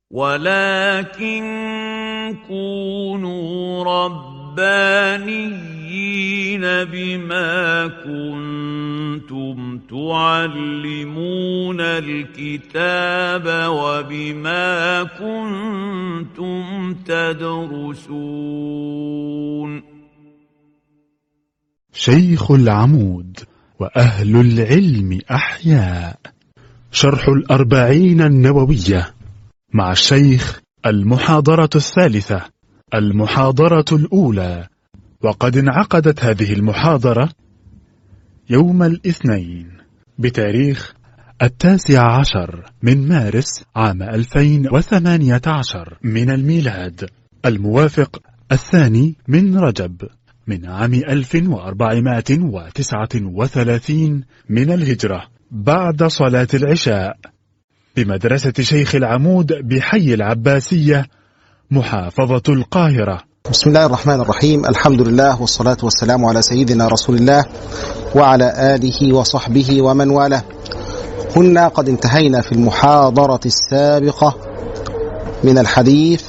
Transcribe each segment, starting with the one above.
ولكن كونوا ربانيين بما كنتم تعلمون الكتاب وبما كنتم تدرسون. شيخ العمود وأهل العلم أحياء. شرح الأربعين النووية مع الشيخ. المحاضرة الثالثة، المحاضرة الأولى. وقد انعقدت هذه المحاضرة يوم الاثنين بتاريخ 19 من مارس عام 2018 من الميلاد، الموافق 2 من رجب من عام 1439 من الهجرة، بعد صلاة العشاء، بمدرسة شيخ العمود بحي العباسية، محافظة القاهرة. بسم الله الرحمن الرحيم. الحمد لله والصلاة والسلام على سيدنا رسول الله وعلى آله وصحبه ومن والاه. كنا قد انتهينا في المحاضرة السابقة من الحديث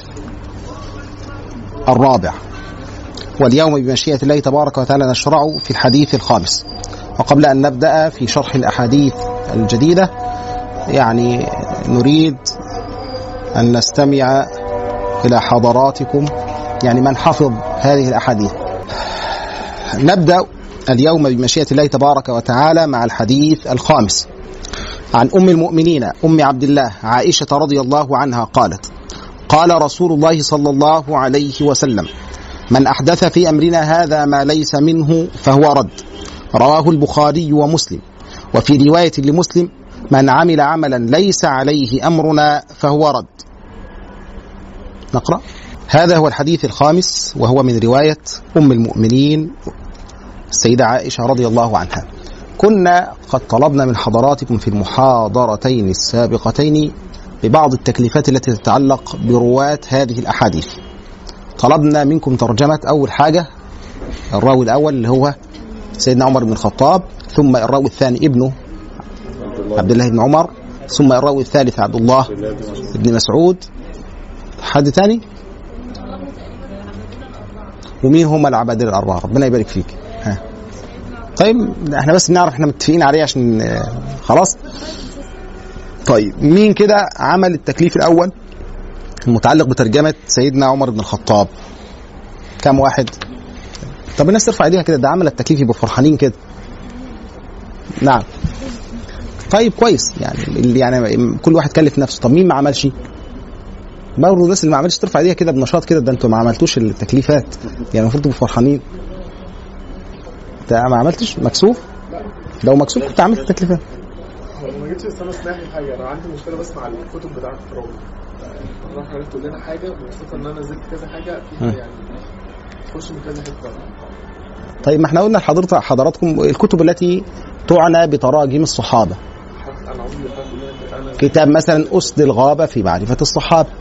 الرابع، واليوم بمشيئة الله تبارك وتعالى نشرع في الحديث الخامس. وقبل أن نبدأ في شرح الأحاديث الجديدة يعني نريد أن نستمع إلى حضراتكم، يعني من حفظ هذه الأحاديث. نبدأ اليوم بمشيئة الله تبارك وتعالى مع الحديث الخامس عن أم المؤمنين أم عبد الله عائشة رضي الله عنها قالت: قال رسول الله صلى الله عليه وسلم: من أحدث في أمرنا هذا ما ليس منه فهو رد. رواه البخاري ومسلم. وفي رواية لمسلم: من عمل عملا ليس عليه أمرنا فهو رد. نقرأ. هذا هو الحديث الخامس، وهو من رواية أم المؤمنين السيدة عائشة رضي الله عنها. كنا قد طلبنا من حضراتكم في المحاضرتين السابقتين ببعض التكليفات التي تتعلق برواة هذه الأحاديث. طلبنا منكم ترجمة أول حاجة الراوي الأول اللي هو سيدنا عمر بن الخطاب، ثم الراوي الثاني ابنه عبد الله بن عمر، ثم الراوي الثالث عبد الله بن مسعود. حد تاني؟ ومين هم العبادلة الأربعة؟ ربنا يبارك فيك. طيب احنا بس نعرف احنا متفقين عليه عشان خلاص. طيب مين كده عمل التكليف الأول المتعلق بترجمة سيدنا عمر بن الخطاب؟ كم واحد؟ طب الناس ترفع ايديها كده، ده عمل التكليف يبقوا فرحانين كده. نعم. طيب كويس، يعني كل واحد كلف نفسه. طب مين ما عملش؟ برضه الناس اللي ما عملش ترفع ايديها كده بنشاط كده، ده انتوا ما عملتوش التكليفات، يعني المفروض تبقوا فرحانين. انت ما عملتش؟ مكسوف؟ لو مكسوف كنت عملت التكليفات. ما جيتش استنى اسمعني حاجه، انا عندي مشكله بس مع الكتب بتاعه التراويح. حضرتك تقول لنا حاجه وخصوصا ان انا نزلت كذا حاجه فيها يعني تخش من كذا حته. طيب ما احنا قلنا لحضراتكم الكتب التي تعنى بتراجم الصحابه. انا عمري كتاب مثلا أسد الغابة في معرفة الصحابة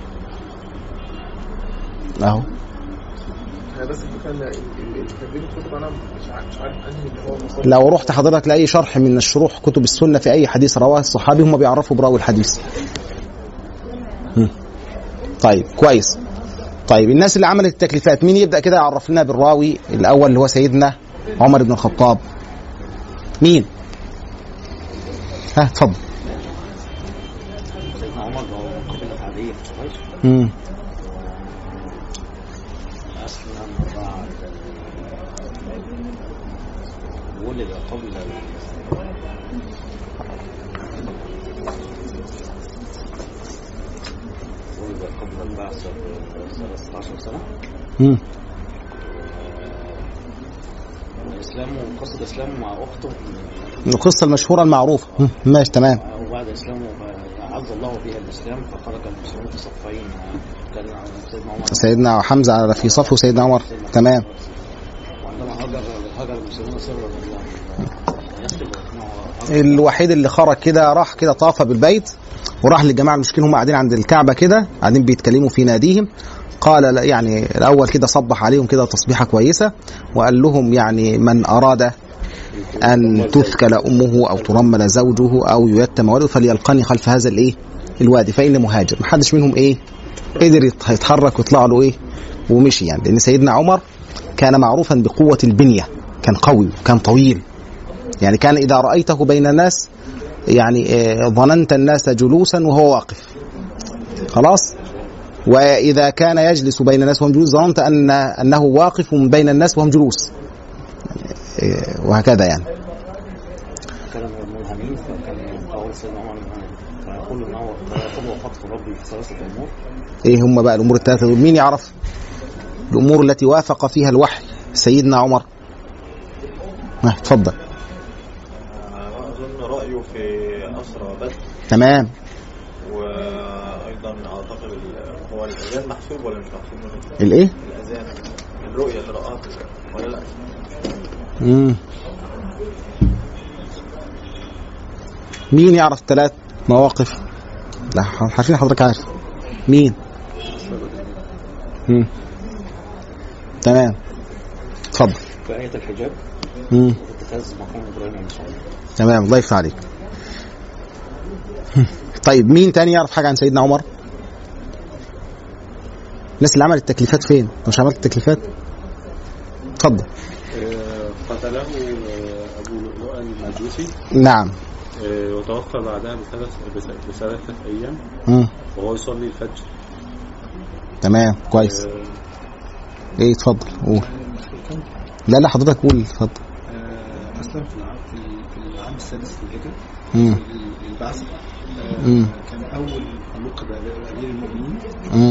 اهو. بس الفكره ترجمه الكتب انا مش عارف انهي اللي هو مصادر. لو رحت حضرتك لاي شرح من الشروح كتب السنه في اي حديث رواه الصحابي هم بيعرفوا براوي الحديث. طيب كويس. طيب الناس اللي عملت التكليفات مين يبدا كده يعرف لنا بالراوي الاول اللي هو سيدنا عمر بن الخطاب؟ مين؟ اتفضل. سيدنا عمر هو قبل العادية أسلم بعد ولد قبل البعثة ب 13 سنة. الإسلام وقصة إسلامه مع أخته، القصة المشهورة المعروفة. ماشي تمام. وبعد إسلامه عز الله بها الإسلام فخرج المسلمون في صفين، كان سيدنا عمر سيدنا حمزة على في صفه سيدنا عمر. تمام. وعندما هاجر المسلمون سرا الوحيد اللي خرج كده راح كده طاف بالبيت وراح للجماعة المشركين هم قاعدين عند الكعبة كده قاعدين بيتكلموا في ناديهم، قال يعني الأول كده صبح عليهم كده تصبيحة كويسة وقال لهم يعني من أراد أن تثكل أمه أو ترمل زوجه أو يتم ولده فليلقني خلف هذا الوادي فإني مهاجر. محدش منهم إيه قدر يتحرك ويطلع له إيه ومشي يعني، لأن سيدنا عمر كان معروفا بقوة البنية، كان قوي وكان طويل يعني، كان إذا رأيته بين الناس يعني ظننت الناس جلوسا وهو واقف خلاص، وإذا كان يجلس بين الناس وهم جلوس ظننت أنه واقف بين الناس وهم جلوس، وهكذا يعني. كلام الملهمين، فكان قول سيدنا عمر فيقول ان هو خطوه خطف ربي في ثلاثه امور. ايه هم بقى الامور الثلاثه دول؟ مين يعرف الامور التي وافق فيها الوحي سيدنا عمر؟ اتفضل. اظن رايه في اسرى بدر. تمام. وايضا اعتقد هو الاذان محسوب ولا مش محسوب؟ الايه؟ الاذان، الرؤيه اللي راها ولا لا؟ مين يعرف 3 مواقف؟ لا عارفين حضرتك عارف مين؟ تمام اتفضل. في آية الحجاب اتخاذ مقام إبراهيم عليه السلام. تمام الله يفتح عليك. طيب مين تاني يعرف حاجة عن سيدنا عمر؟ الناس اللي عملت التكليفات فين؟ مش عملت التكليفات؟ اتفضل. قتله أبو لؤلؤ المجوسي. نعم. وتوفى بعدها بثلاثة أيام وهو يصلي الفجر. تمام كويس. ايه اتفضل قول. لا حضرتك قول اتفضل. أسلم في العام السادس للهجرة البعث. كان أول لقب بأمير المؤمنين.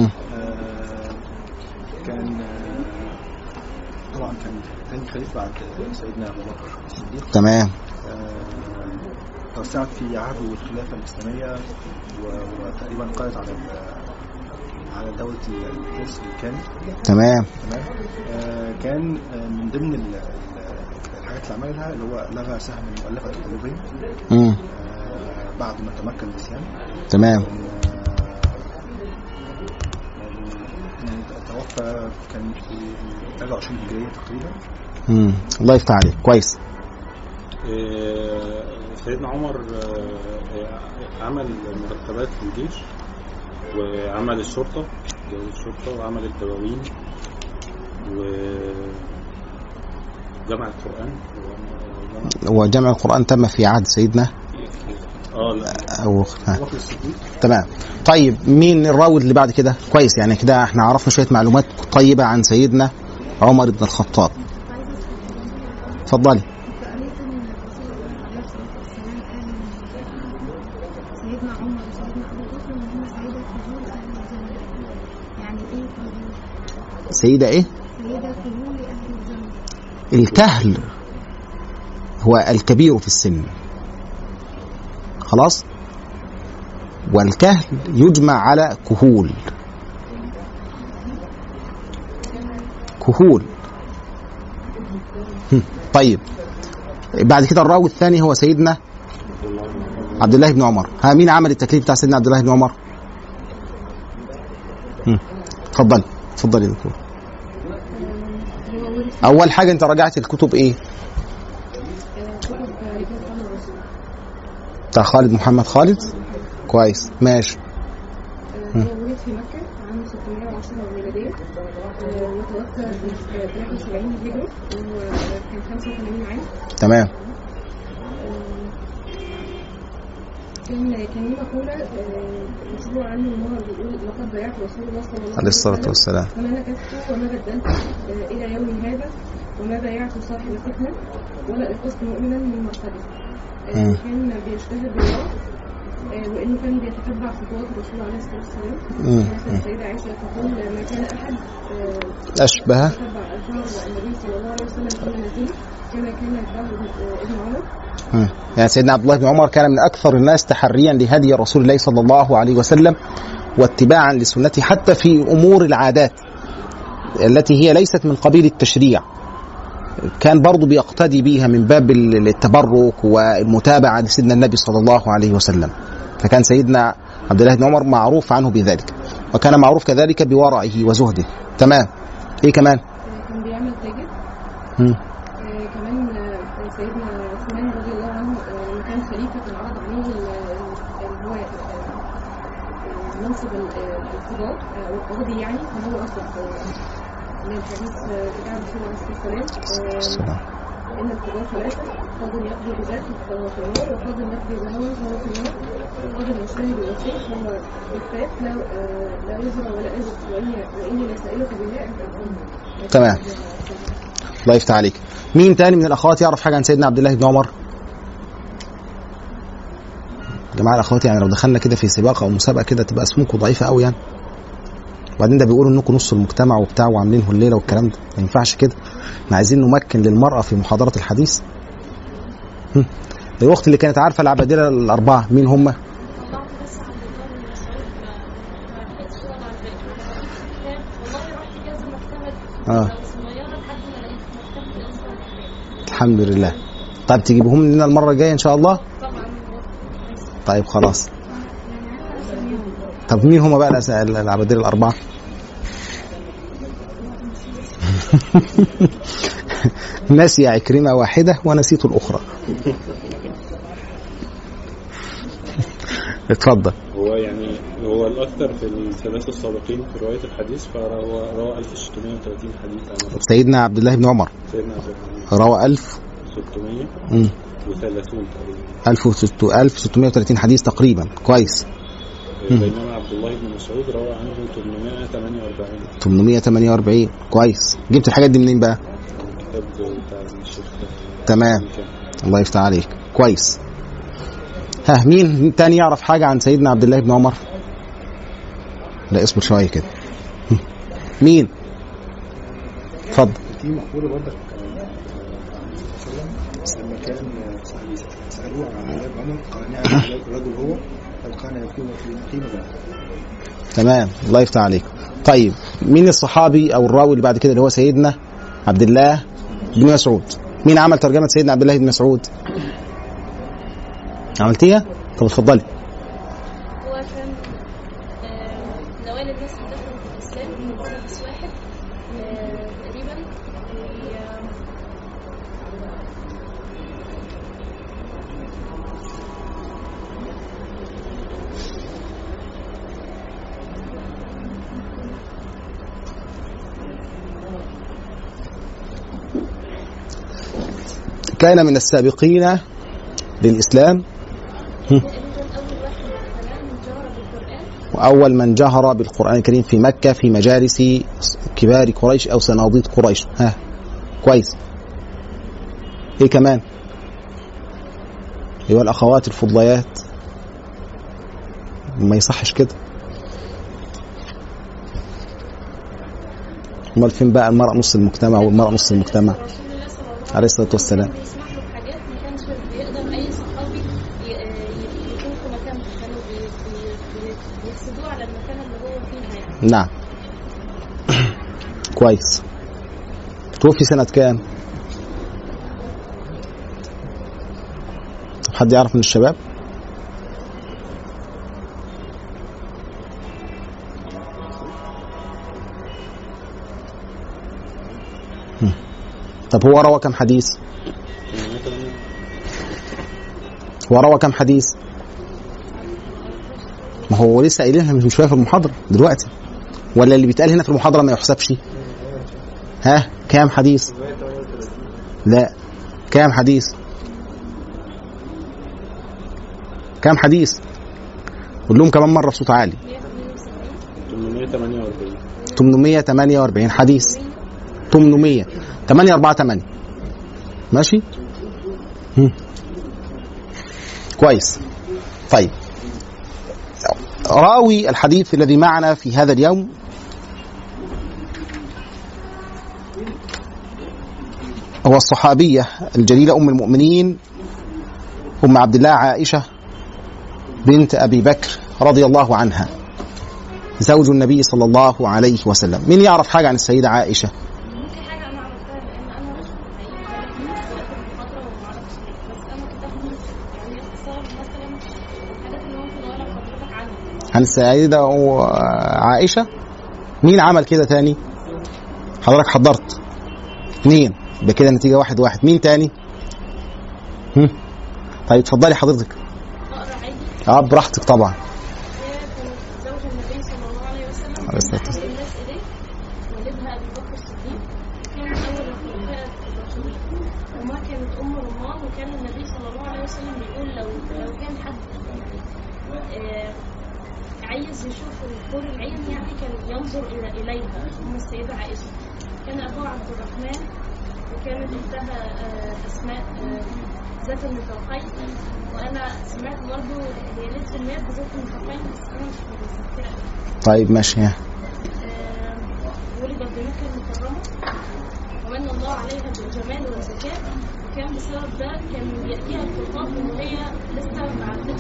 كان طبعا كان ثاني خليفة بعد سيدنا أبو بكر الصديق. تمام. توسعت في عهده الخلافة الإسلامية وتقريبا قضت على دولة الفرس بالكامل. تمام. كان من ضمن الحاجات اللي عملها اللي هو لغى سهم مؤلفة قلوبهم بعد ما تمكن الإسلام. تمام. يعني توفى كان في 23 هجرية تقريبا. الله يفتح عليك كويس. سيدنا عمر عمل مرتبات في الجيش وعمل الشرطة، وعمل الدواوين وجمع القرآن. وجمع القرآن تم في عهد سيدنا تمام. طيب مين الراوي اللي بعد كده؟ كويس يعني كده احنا عرفنا شوية معلومات طيبة عن سيدنا عمر بن الخطاب. اتفضلي. سيدة ايه؟ الكهل هو الكبير في السن خلاص، والكهل يجمع على كهول. طيب بعد كده الراوي الثاني هو سيدنا عبد الله بن عمر. مين عمل التكليف بتاع سيدنا عبد الله بن عمر؟ اتفضل يا دكتور. اول حاجه انت راجعت الكتب ايه؟ بتاع خالد محمد خالد. كويس ماشي. ولد في مكة عام 610 ميلادية وتوفى في 73 هجرة وكان 85 عام. تمام. كان ليه مقولة مشهورة عنه ان هو بيقول لقد ضيعت رسول الله صلى الله عليه الصلاة والسلام وما نكثت وما بدلت إلى يوم هذا وما بايعت صاحب فتنة ولا أقصت مؤمنا من مرتبه. كان بيجتهد بالله وإنه كان بيتتبع خطوات الرسول عليه الصلاة والسلام. كانت السيدة عائشة تقول ما كان أحد أشبه يتبع أثار النبي صلى الله عليه وسلم كل نزيل كما كان يتبع ابن عمر. يعني سيدنا عبد الله بن عمر كان من أكثر الناس تحريا لهدي رسول الله صلى الله عليه وسلم واتباعا لسنته حتى في أمور العادات التي هي ليست من قبيل التشريع، كان برضو بيقتدي بيها من باب التبرك والمتابعة لسيدنا النبي صلى الله عليه وسلم. فكان سيدنا عبد الله بن عمر معروف عنه بذلك، وكان معروف كذلك بورعه وزهده. تمام. ايه كمان؟ كان بيعمل تاجر. كمان سيدنا عثمان رضي الله عنه لما كان خليفة كان عرض عليه اللي هو منصب القضاء أو القاضي يعني، فهو أصبح من الحديث بتاع رسول الله صلى الله عليه وسلم إن القضاء ثلاثة: قاضي يقضي بذات فهو في النار، وقاضي يقضي بهوى فهو في النار، وقاضي المجتهد بالوثيق فهو بالفات لا وزر ولا أجر، وإني لسائلك بالله أن تكون. تمام، الله يفتح عليك. مين تاني من الأخوات يعرف حاجة عن سيدنا عبد الله بن عمر؟ جماعة الأخوات يعني لو دخلنا كده في سباق أو مسابقة كده تبقى اسمكم ضعيفة قوي يعني. وبعدين ده بيقولوا انكم نص المجتمع وبتاع وعاملينه الليله والكلام ده، ما ينفعش كده. احنا عايزين نمكن للمرأة في محاضرة الحديث. الوقت اللي كانت عارفة العبادلة الأربعة مين هم؟ الحمد لله. طيب تجيبهم لنا المرة الجاية إن شاء الله؟ طيب خلاص. طب مين هم بقى العبادلة الأربعة؟ نسي عكرمة واحدة ونسيت الأخرى. اتفضل. هو يعني هو الأكثر في الثلاثة السابقين في رواية الحديث، فروى 1630 حديث عن سيدنا عبد الله بن عمر. سيدنا عبد الله روى 1630 تقريبا. 1630 حديث تقريبا. كويس. بينما عبد الله بن مسعود روى عنه 848. كويس. جبت الحاجات دي منين بقى؟ الكتاب بتاع الشيخ. تمام، الله يفتح عليك. كويس. ها مين تاني يعرف حاجة عن سيدنا عبد الله بن عمر؟ لا اصبر شوية كده. مين؟ اتفضل. في مقولة برضك لما كان سألوه عن عبد الله بن عمر قال نعم الرجل هو لو كان يكون في قيمة بعد. تمام، الله يفتح عليك. طيب مين الصحابي او الراوي اللي بعد كده اللي هو سيدنا عبد الله بن مسعود؟ مين عمل ترجمة سيدنا عبد الله بن مسعود؟ عملتيها؟ طب اتفضلي. هو كان نوال الناس اللي دخلوا في الإسلام من بس واحد تقريبا. كان من السابقين للإسلام وأول من جهر بالقرآن الكريم في مكة في مجالس كبار قريش أو صناديد قريش. ها كويس. إيه كمان؟ أيها الأخوات الفضليات، ما يصحش كده. امال فين بقى المرأة نص المجتمع والمرأة نص المجتمع عليه الصلاة والسلام؟ نعم. كويس. توفي سنة كام؟ حد يعرف من الشباب؟ طب هو روى كم حديث؟ هو روى كم حديث؟ ما هو لسه قايلينها مش شويه في المحاضره دلوقتي، ولا اللي بيتقال هنا في المحاضره ما يحسبش؟ ها كام حديث؟ لا كام حديث؟ كام حديث؟ قول لهم كمان مره بصوت عالي. 848 حديث. 848 ماشي. كويس. طيب راوي الحديث الذي معنا في هذا اليوم هو الصحابية الجليلة أم المؤمنين أم عبد الله عائشة بنت أبي بكر رضي الله عنها زوج النبي صلى الله عليه وسلم. مين يعرف حاجة عن السيدة عائشة؟ عن السيدة عائشة. مين عمل كده تاني؟ حضرتك حضرت 2 بكده النتيجة 1-1. مين تاني؟ طيب اتفضلي حضرتك. براحتك طبعا. الناس إليه والدها أبي بكر الصديق، كان أول الخلفاء الراشدين، وما كانت أم رمان. وكان النبي صلى الله عليه وسلم بيقول لو كان حد يعني عايز يشوف الحور العين يعني كان ينظر إليها أم السيدة عائشة. كان أبوها عبد الرحمن، وكانت أختها أسماء ذات النطاقين. وأنا سمعت برضه هي ليه سميت بذات النطاقين بس أنا مش متذكرة. طيب ماشي. ولدت بمكة المكرمة ومن الله عليها بالجمال والذكاء، وكان بسبب ده كان يأتيها الخطاب وهي لسه ما عرفتش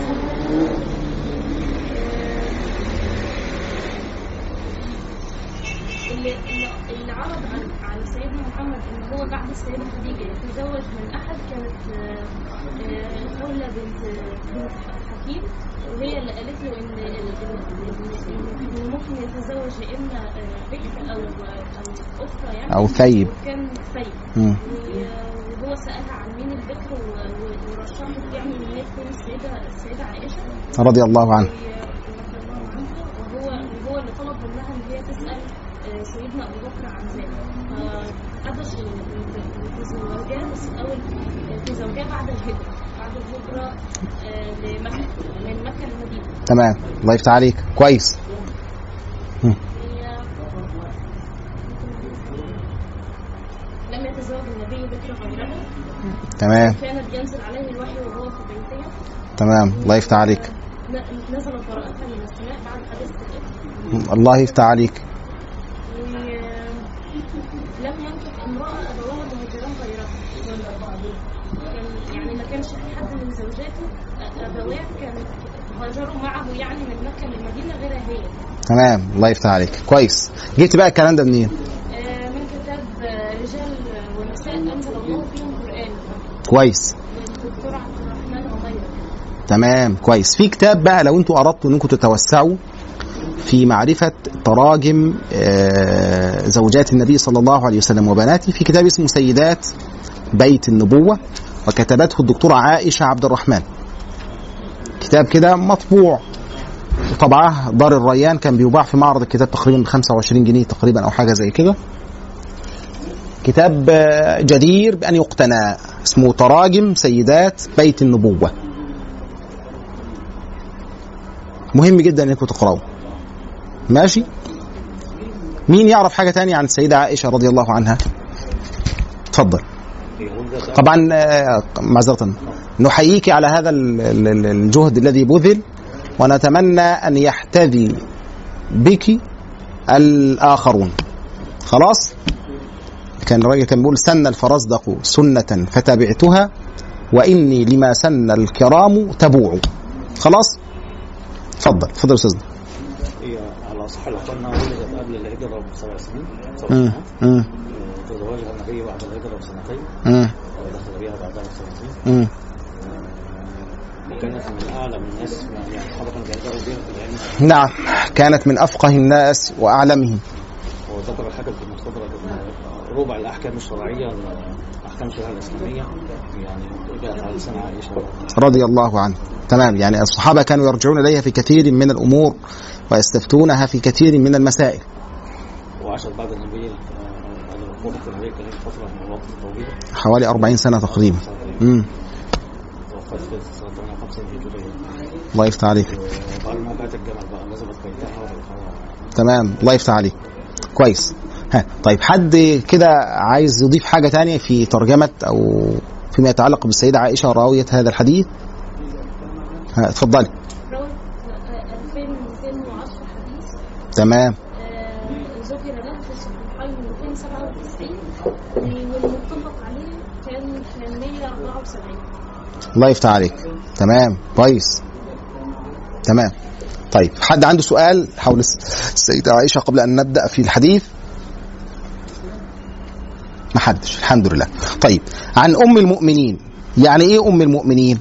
اللي عرض عن سيدنا محمد ان هو بعد السيدة خديجة يتزوج من احد كانت خولة بنت حكيم، وهي اللي قالت له ان ممكن يتزوج يا اما بكر او اخرى يعني او ثيب، وكان ثيب. وهو سألها عن مين البكر ورشحت يعني ان هي تكون السيدة عائشة رضي الله عنها. وهو اللي طلب منها ان هي تسأل سيدنا أبو بكر عن ذلك، فقدش تزوجها بس الأول تزوجها بعد الهجرة لمكة، من مكة للمدينة. تمام، الله يفتح عليك، كويس. لم يتزوج النبي بكر غيرها. تمام. كانت ينزل عليه الوحي وهو في بيتها. تمام، الله يفتح عليك. نزلت براءة من السماء بعد حدث الإفك. الله يفتح عليك. لم ينكح امرأة أبوها مهاجران غيرها، يعني ما كانش في حد من زوجاته أبوات كانوا هاجروا معه يعني من مكة للمدينة غيرها هي. تمام، الله يفتح عليك، كويس. جبت بقى الكلام ده منين؟ من كتاب رجال ونساء أنزل الله فيهم القرآن. كويس. الدكتور عبد الرحمن عمير. تمام، كويس. في كتاب بقى لو انتوا أردتوا انكم تتوسعوا في معرفة تراجم زوجات النبي صلى الله عليه وسلم وبناته، في كتاب اسمه سيدات بيت النبوة، وكتبته الدكتورة عائشة عبد الرحمن. كتاب كده مطبوع طبعه دار الريان، كان بيباع في معرض الكتاب تقريبا ب25 جنيه تقريبا أو حاجة زي كده. كتاب جدير بأن يقتنى، اسمه تراجم سيدات بيت النبوة. مهم جدا انكم تقرأوا. ماشي. مين يعرف حاجة تانية عن السيدة عائشة رضي الله عنها؟ تفضل. طبعا معذرة، نحييك على هذا الجهد الذي بذل، ونتمنى أن يحتذي بك الآخرون. خلاص. كان الراجل كان بيقول سن الفرزدق سنة فتبعتها وإني لما سن الكرام تبوع. خلاص. تفضل تفضل أستاذنا. على صح الأقل ولدت قبل الهجرة ب7 سنين. تزوجها النبي بعد الهجرة ب2 سنين. ودخل بها بعدها ب2 سنين. وكانت من أعلم الناس يعني الصحابة كانوا بيهجروا بها في العلم. نعم، كانت من أفقه الناس وأعلمهم. وذكر الحاجة في المستدرك ربع الأحكام الشرعية أحكام الشريعة الإسلامية يعني جاءت على لسان عائشة رضي الله عنها. تمام، يعني الصحابة كانوا يرجعون إليها في كثير من الأمور ويستفتونها في كثير من المسائل. وعاشت بعد النبي بعد وفاة النبي كانت فترة من الوقت طويلة حوالي 40 سنة تقريبا. توفت في سنة 58 هجرية. الله يفتح عليك. وبعد ما بقت الجمل بقى نزلت بيتها. تمام، الله يفتح عليك، كويس. طيب حد كده عايز يضيف حاجة تانية في ترجمة أو فيما يتعلق بالسيدة عائشة راوية هذا الحديث؟ اتفضلي. روت 2210 حديث. تمام. ذكر له في الصحيحين 297 والمتفق عليه كان 174. الله يفتح عليك. تمام، كويس. تمام. طيب حد عنده سؤال حول السيدة عائشة قبل أن نبدأ في الحديث؟ ما حدش، الحمد لله. طيب عن أم المؤمنين، يعني إيه أم المؤمنين؟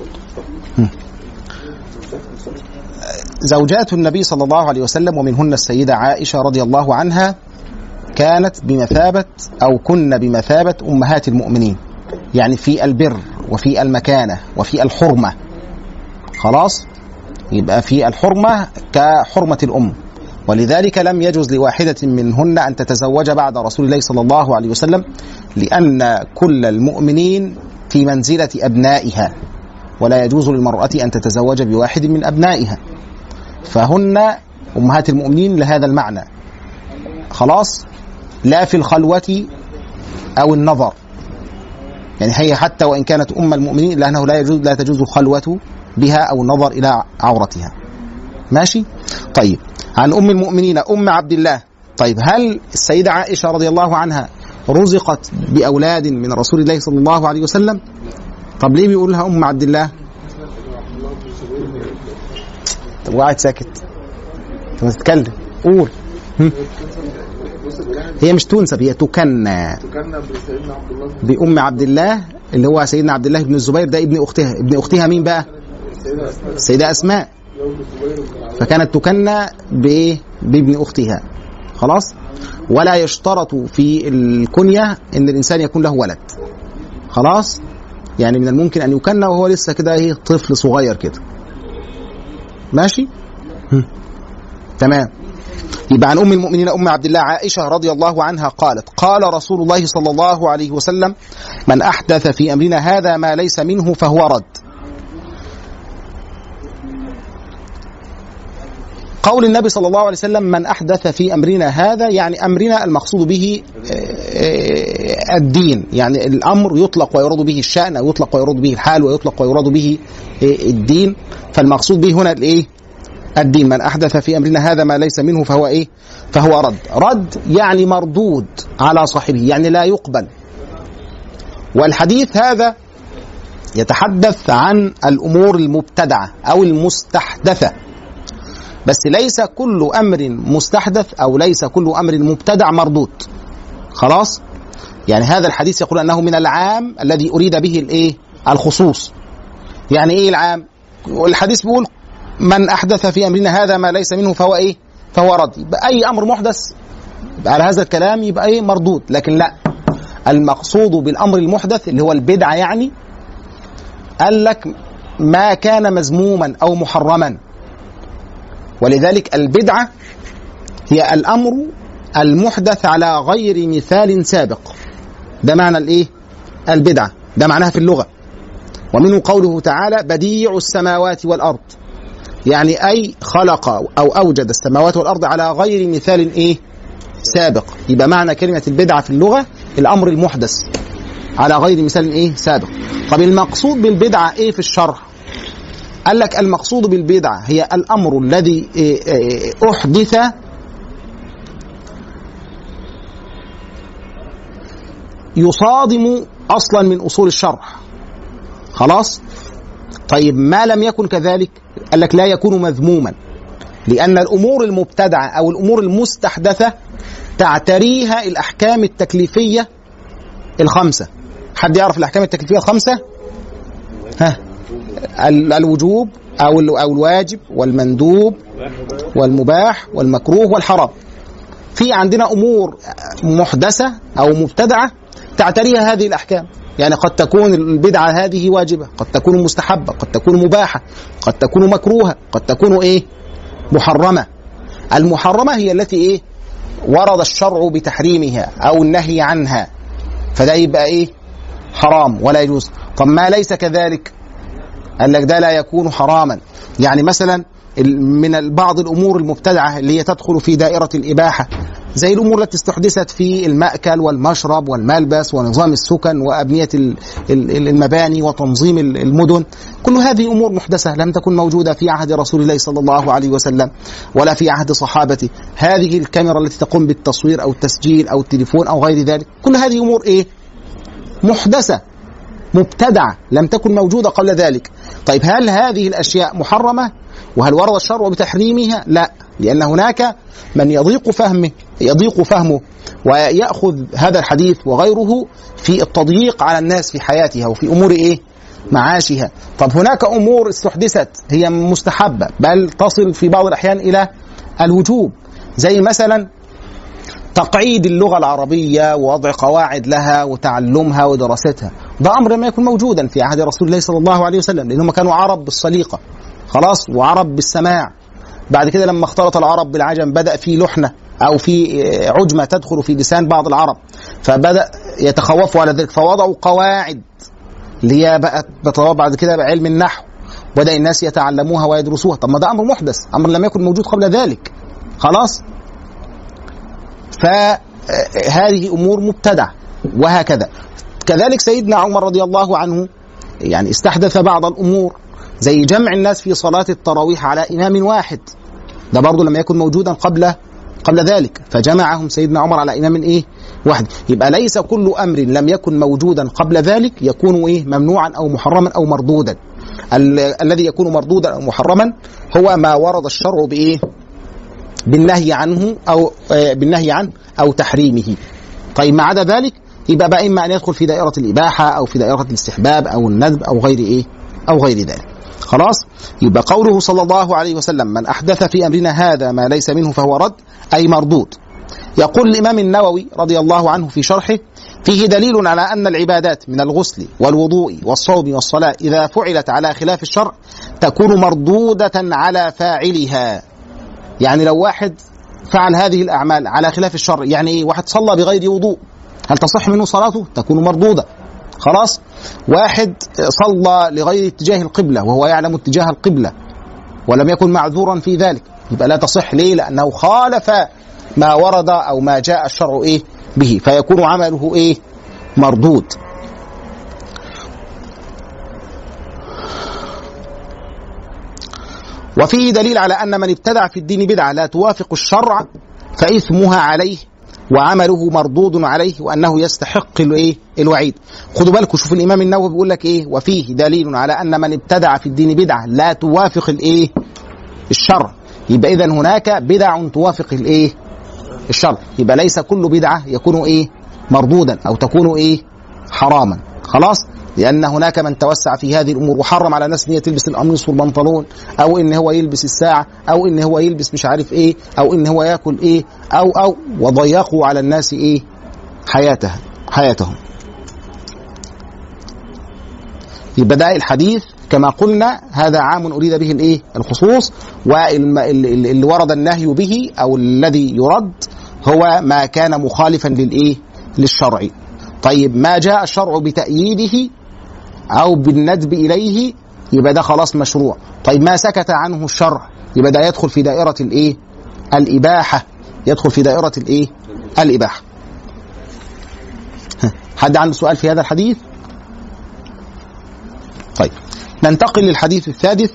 زوجات النبي صلى الله عليه وسلم ومنهن السيدة عائشة رضي الله عنها كانت بمثابة أو كن بمثابة أمهات المؤمنين، يعني في البر وفي المكانة وفي الحرمة. خلاص، يبقى في الحرمة كحرمة الأم، ولذلك لم يجوز لواحدة منهن أن تتزوج بعد رسول الله صلى الله عليه وسلم، لأن كل المؤمنين في منزلة أبنائها، ولا يجوز للمرأة أن تتزوج بواحد من أبنائها، فهن أمهات المؤمنين لهذا المعنى خلاص، لا في الخلوة أو النظر. يعني هي حتى وإن كانت أم المؤمنين لأنه لا تجوز الخلوة بها أو النظر إلى عورتها. ماشي؟ طيب، عن أم المؤمنين أم عبد الله. طيب، هل السيدة عائشة رضي الله عنها رزقت بأولاد من رسول الله صلى الله عليه وسلم؟ طب ليه بيقول لها أم عبد الله؟ طب وقعد ساكت، طب تتكلم، قول. هي مش تنسب، هي تكنى بأم عبد الله، اللي هو سيدنا عبد الله بن الزبير، ده ابن أختها. ابن أختها مين بقى؟ السيدة أسماء، فكانت تكنى بابن أختها. خلاص، ولا يشترط في الكنية ان الانسان يكون له ولد. خلاص، يعني من الممكن ان يكنى وهو لسه كده طفل صغير كده. ماشي؟ تمام. يبقى عن ام المؤمنين ام عبد الله عائشة رضي الله عنها قالت: قال رسول الله صلى الله عليه وسلم: من احدث في امرنا هذا ما ليس منه فهو رد. قول النبي صلى الله عليه وسلم من أحدث في أمرنا هذا، يعني أمرنا المقصود به الدين، يعني الأمر يطلق ويراد به الشأن، أو يطلق ويراد به الحال، ويطلق ويراد به الدين. فالمقصود به هنا الدين. من أحدث في أمرنا هذا ما ليس منه فهو فهو رد. رد يعني مردود على صاحبه، يعني لا يقبل. والحديث هذا يتحدث عن الأمور المبتدعة أو المستحدثة، بس ليس كل أمر مستحدث أو ليس كل أمر مبتدع مردود. خلاص، يعني هذا الحديث يقول أنه من العام الذي أريد به الخصوص. يعني إيه العام؟ الحديث بيقول من أحدث في أمرنا هذا ما ليس منه فهو فهو رد. يبقى أي أمر محدث على هذا الكلام يبقى مردود. لكن لا، المقصود بالأمر المحدث اللي هو البدعة، يعني قال لك ما كان مذموما أو محرما. ولذلك البدعة هي الأمر المحدث على غير مثال سابق. ده معنى البدعة، ده معناها في اللغة. ومنه قوله تعالى: بديع السماوات والأرض، يعني أي خلق أو أوجد السماوات والأرض على غير مثال سابق. يبقى معنى كلمة البدعة في اللغة الأمر المحدث على غير مثال سابق. طب المقصود بالبدعة في الشرع؟ قال لك المقصود بالبدعة هي الأمر الذي أحدث يصادم أصلا من أصول الشرع. خلاص؟ طيب ما لم يكن كذلك قال لك لا يكون مذموما، لأن الأمور المبتدعة أو الأمور المستحدثة تعتريها الأحكام التكليفية الخمسة. حد يعرف الأحكام التكليفية الخمسة؟ الوجوب أو الواجب والمندوب والمباح والمكروه والحرام. في عندنا أمور محدثة أو مبتدعة تعتريها هذه الأحكام. يعني قد تكون البدعة هذه واجبة، قد تكون مستحبة، قد تكون مباحة، قد تكون مكروهة، قد تكون محرمة. المحرمة هي التي ورد الشرع بتحريمها أو النهي عنها، فده يبقى حرام ولا يجوز. طب ما ليس كذلك قال لك ده لا يكون حراما. يعني مثلا من بعض الأمور المبتدعة اللي هي تدخل في دائرة الإباحة، زي الأمور التي استحدثت في المأكل والمشرب والملبس ونظام السكن وأبنية المباني وتنظيم المدن. كل هذه أمور محدثة لم تكن موجودة في عهد رسول الله صلى الله عليه وسلم ولا في عهد صحابته. هذه الكاميرا التي تقوم بالتصوير أو التسجيل أو التليفون أو غير ذلك، كل هذه أمور محدثة مبتدعة لم تكن موجودة قبل ذلك. طيب هل هذه الأشياء محرمة؟ وهل ورد الشرع بتحريمها؟ لا، لأن هناك من يضيق فهمه ويأخذ هذا الحديث وغيره في التضييق على الناس في حياتها وفي أمور معاشها. طب هناك أمور استحدثت هي مستحبة بل تصل في بعض الأحيان إلى الوجوب، زي مثلا تقعيد اللغة العربية ووضع قواعد لها وتعلمها ودراستها. ده أمر ما يكون موجودا في عهد رسول الله صلى الله عليه وسلم، لأنهم كانوا عرب بالسليقة خلاص وعرب بالسماع. بعد كده لما اختلط العرب بالعجم بدأ في لحنة أو في عجمة تدخل في لسان بعض العرب، فبدأ يتخوفوا على ذلك، فوضعوا قواعد اللي هي بقت بعد كده بعلم النحو، بدأ الناس يتعلموها ويدرسوها. طب ما ده أمر محدث، أمر لم يكن موجود قبل ذلك، خلاص. فهذه أمور مبتدعة. وهكذا كذلك سيدنا عمر رضي الله عنه يعني استحدث بعض الأمور، زي جمع الناس في صلاة التراويح على إمام واحد، ده برضو لم يكن موجودا قبل ذلك، فجمعهم سيدنا عمر على إمام واحد. يبقى ليس كل أمر لم يكن موجودا قبل ذلك يكون ممنوعا أو محرما أو مردودا. الذي يكون مردودا أو محرما هو ما ورد الشرع بالنهي عنه أو تحريمه. طيب ما عدا ذلك يبقى بقى إما أن يدخل في دائرة الإباحة أو في دائرة الاستحباب أو الندب أو غير ذلك. خلاص. يبقى قوله صلى الله عليه وسلم من أحدث في أمرنا هذا ما ليس منه فهو رد، أي مردود. يقول الإمام النووي رضي الله عنه في شرحه: فيه دليل على أن العبادات من الغسل والوضوء والصوم والصلاة إذا فعلت على خلاف الشرع تكون مردودة على فاعلها. يعني لو واحد فعل هذه الأعمال على خلاف الشرع، يعني واحد صلى بغير وضوء، هل تصح منه صلاته؟ تكون مردودة. خلاص. واحد صلى لغير اتجاه القبلة وهو يعلم اتجاه القبلة ولم يكن معذورا في ذلك، يبقى لا تصح. ليه؟ لأنه خالف ما ورد أو ما جاء الشرع به، فيكون عمله مردود. وفيه دليل على أن من ابتدع في الدين بدعة لا توافق الشرع فإثمها عليه وعمله مردود عليه، وأنه يستحق الوعيد. خدوا بالكم، شوف الإمام النووي بيقول لك وفيه دليل على أن من ابتدع في الدين بدعة لا توافق الشرع. يبقى إذن هناك بدع توافق الشرع، يبقى ليس كل بدعة يكون مردودا أو تكون حراما. خلاص. لأن هناك من توسع في هذه الأمور وحرم على الناس أن تلبس القميص والبنطلون، أو إن هو يلبس الساعة، أو إن هو يلبس مش عارف أو إن هو يأكل أو وضيقوا على الناس حياتهم. يبقى ده الحديث كما قلنا هذا عام أريد به الخصوص، واللي ورد النهي به أو الذي يرد هو ما كان مخالفا للشرع. طيب ما جاء الشرع بتأييده أو بالندب إليه يبقى ده خلاص مشروع. طيب ما سكت عنه الشرع يبقى ده يدخل في دائرة الإباحة، يدخل في دائرة الإباحة. حد عنده سؤال في هذا الحديث؟ طيب ننتقل للحديث السادس.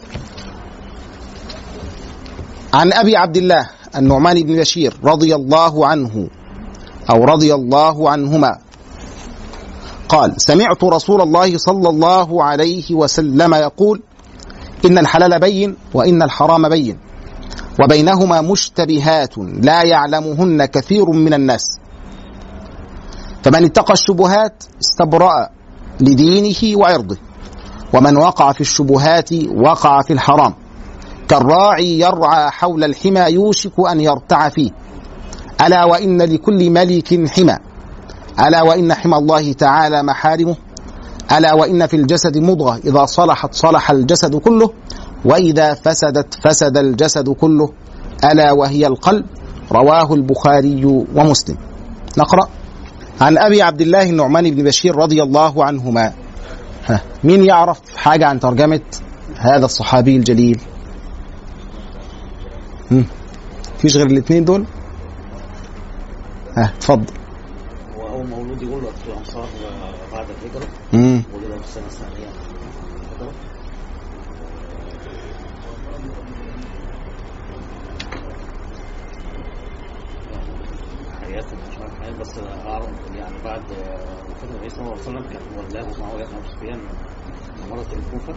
عن أبي عبد الله النعمان بن بشير رضي الله عنه أو رضي الله عنهما قال: سمعت رسول الله صلى الله عليه وسلم يقول: إن الحلال بين وإن الحرام بين وبينهما مشتبهات لا يعلمهن كثير من الناس، فمن اتقى الشبهات استبرأ لدينه وعرضه، ومن وقع في الشبهات وقع في الحرام، كالراعي يرعى حول الحمى يوشك أن يرتع فيه، ألا وإن لكل ملك حمى، ألا وإن حمى الله تعالى محارمه، ألا وإن في الجسد مضغة إذا صلحت صلح الجسد كله، وإذا فسدت فسد الجسد كله، ألا وهي القلب. رواه البخاري ومسلم. نقرأ. عن أبي عبد الله النعمان بن بشير رضي الله عنهما. مين يعرف حاجة عن ترجمة هذا الصحابي الجليل؟ فيش غير الاثنين دول؟ تفضل. هو أول مولود يقول له في الأنصار بعد الهجرة، ولد في السنة الثانية الهجرة. حياته مش عارف حياته، بس أعرف يعني بعد وفاة النبي صلى الله عليه وسلم كان ولاه معاوية بن أبي سفيان إمارة الكوفة،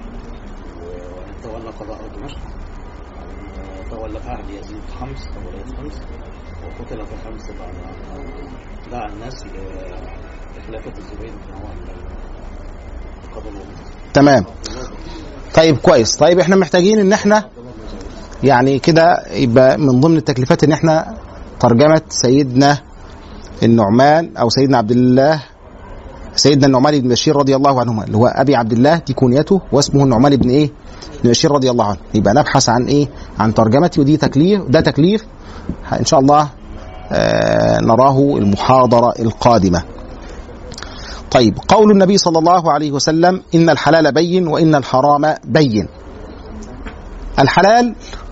وتولى قضاء دمشق، تولى في عهد يزيد خمس وقتل في الخمس بعد دعا الناس لخلافة الزبير بن عوام قبل. تمام. طيب كويس. طيب احنا محتاجين ان احنا يعني كده يبقى من ضمن التكليفات ان احنا ترجمة سيدنا النعمان او سيدنا عبد الله، سيدنا النعمان بن بشير رضي الله عنهما، اللي هو ابي عبد الله دي كنيته، واسمه النعمان بن بشير رضي الله عنه. يبقى نبحث عن ايه؟ عن ترجمتي، ودي تكليف، ده تكليف ان شاء الله نراه المحاضرة القادمة. طيب، قول النبي صلى الله عليه وسلم إن الحلال بين وإن الحرام بين. الحلال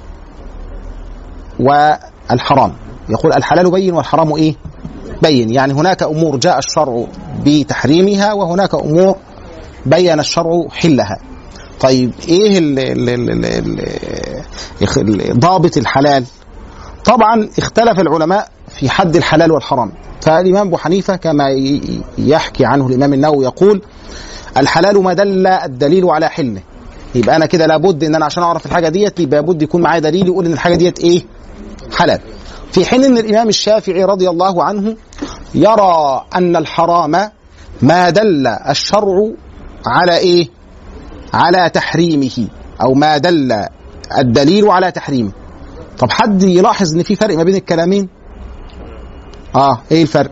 والحرام، يقول الحلال بين والحرام ايه؟ بين. يعني هناك أمور جاء الشرع بتحريمها وهناك أمور بين الشرع حلها. طيب ايه ضابط الحلال؟ طبعا اختلف العلماء في حد الحلال والحرام. فالإمام أبو حنيفة كما يحكي عنه الإمام النووي يقول الحلال ما دل الدليل على حله. يبقى أنا كده لابد إن أنا عشان أعرف الحاجة ديت يبقى لابد يكون معايا دليل يقول إن الحاجة ديت إيه؟ حلال. في حين إن الإمام الشافعي رضي الله عنه يرى أن الحرام ما دل الشرع على إيه؟ على تحريمه، أو ما دل الدليل على تحريمه. طب حد يلاحظ إن في فرق ما بين الكلامين؟ ايه الفرق؟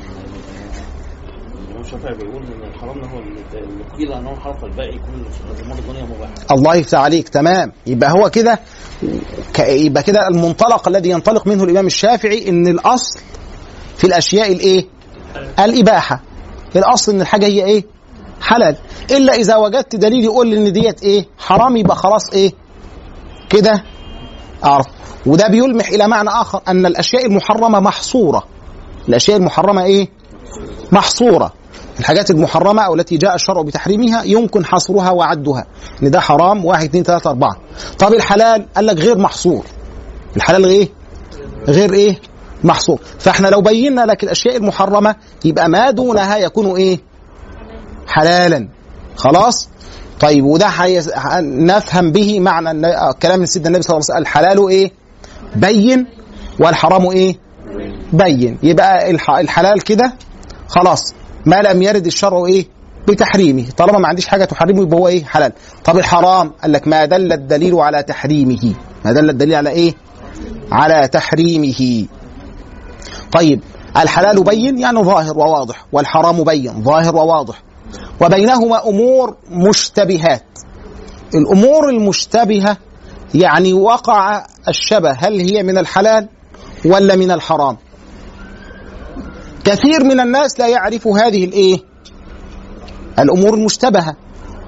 الشافعي بيقول ان الحرام هو اللي قيل انه حرف الباقي كل امور الدنيا مباحه. الله يفتح عليك، تمام. يبقى هو كده، يبقى كده المنطلق الذي ينطلق منه الامام الشافعي ان الاصل في الاشياء الايه؟ الاباحه. الاصل ان الحاجه هي ايه؟ حلال، الا اذا وجدت دليل يقول ان ديت ايه؟ حرام، يبقى خلاص ايه؟ كده اعرف. وده بيلمح الى معنى اخر، ان الاشياء المحرمه محصوره. الاشياء المحرمه ايه؟ محصوره. الحاجات المحرمه او التي جاء الشرع بتحريمها يمكن حصرها وعدها، ان ده حرام 1 2 3 4. طب الحلال قال لك غير محصور. الحلال ايه؟ غير ايه؟ محصور. فاحنا لو بينا لك الاشياء المحرمه يبقى ما دونها يكون ايه؟ حلالا. خلاص. طيب، وده نفهم به معنى كلام من سيدنا النبي صلى الله عليه وسلم الحلال ايه؟ بين والحرام ايه؟ بين. يبقى الحلال كده خلاص ما لم يرد الشرع ايه؟ بتحريمه. طالما ما عنديش حاجه تحرمه يبقى هو ايه؟ حلال. طب الحرام قال لك ما دل الدليل على تحريمه. ما دل الدليل على ايه؟ على تحريمه. طيب، الحلال بين يعني ظاهر وواضح، والحرام بين ظاهر وواضح، وبينهما امور مشتبهات. الامور المشتبهه يعني وقع الشبه، هل هي من الحلال ولا من الحرام؟ كثير من الناس لا يعرف هذه الايه؟ الامور المشتبهه.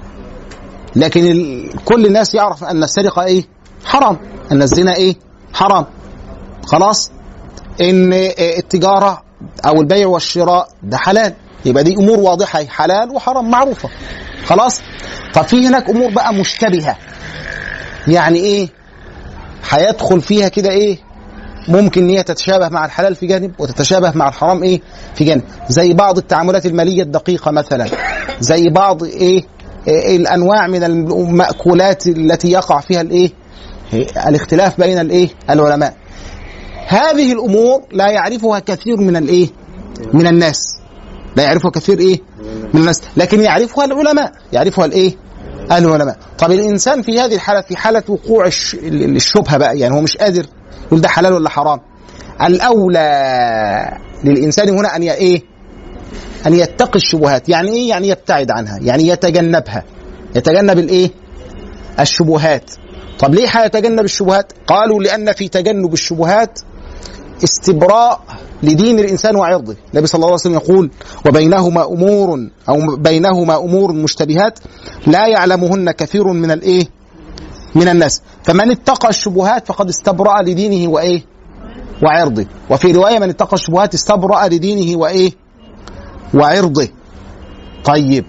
لكن كل الناس يعرف ان السرقه ايه؟ حرام، ان الزنا ايه؟ حرام. خلاص. ان التجاره او البيع والشراء ده حلال. يبقى دي امور واضحه، حلال وحرام معروفه. خلاص. طب في هناك امور بقى مشتبهه، يعني ايه؟ هيدخل فيها كده ايه؟ ممكن ان هي تتشابه مع الحلال في جانب وتتشابه مع الحرام ايه؟ في جانب. زي بعض التعاملات الماليه الدقيقه مثلا، زي بعض ايه؟ الانواع من المأكولات التي يقع فيها الايه؟ الاختلاف بين الايه؟ العلماء. هذه الامور لا يعرفها كثير من الايه؟ من الناس. لا يعرفها كثير ايه؟ من الناس، لكن يعرفها العلماء. يعرفها الايه؟ العلماء. طب الانسان في هذه الحاله، في حاله وقوع الشبهه بقى، يعني هو مش قادر يقول ده حلال ولا حرام، الاولى للانسان هنا ان ايه؟ ان يتقي الشبهات. يعني ايه؟ يعني يبتعد عنها، يعني يتجنبها، يتجنب الايه؟ الشبهات. طب ليه هيتجنب الشبهات؟ قالوا لان في تجنب الشبهات استبراء لدين الانسان وعرضه. النبي صلى الله عليه وسلم يقول وبينهما امور او بينهما امور مشتبهات لا يعلمهن كثير من الايه؟ من الناس. فمن اتقى الشبهات فقد استبرأ لدينه وايه؟ وعرضه. وفي روايه من اتقى الشبهات استبرأ لدينه وايه؟ وعرضه. طيب،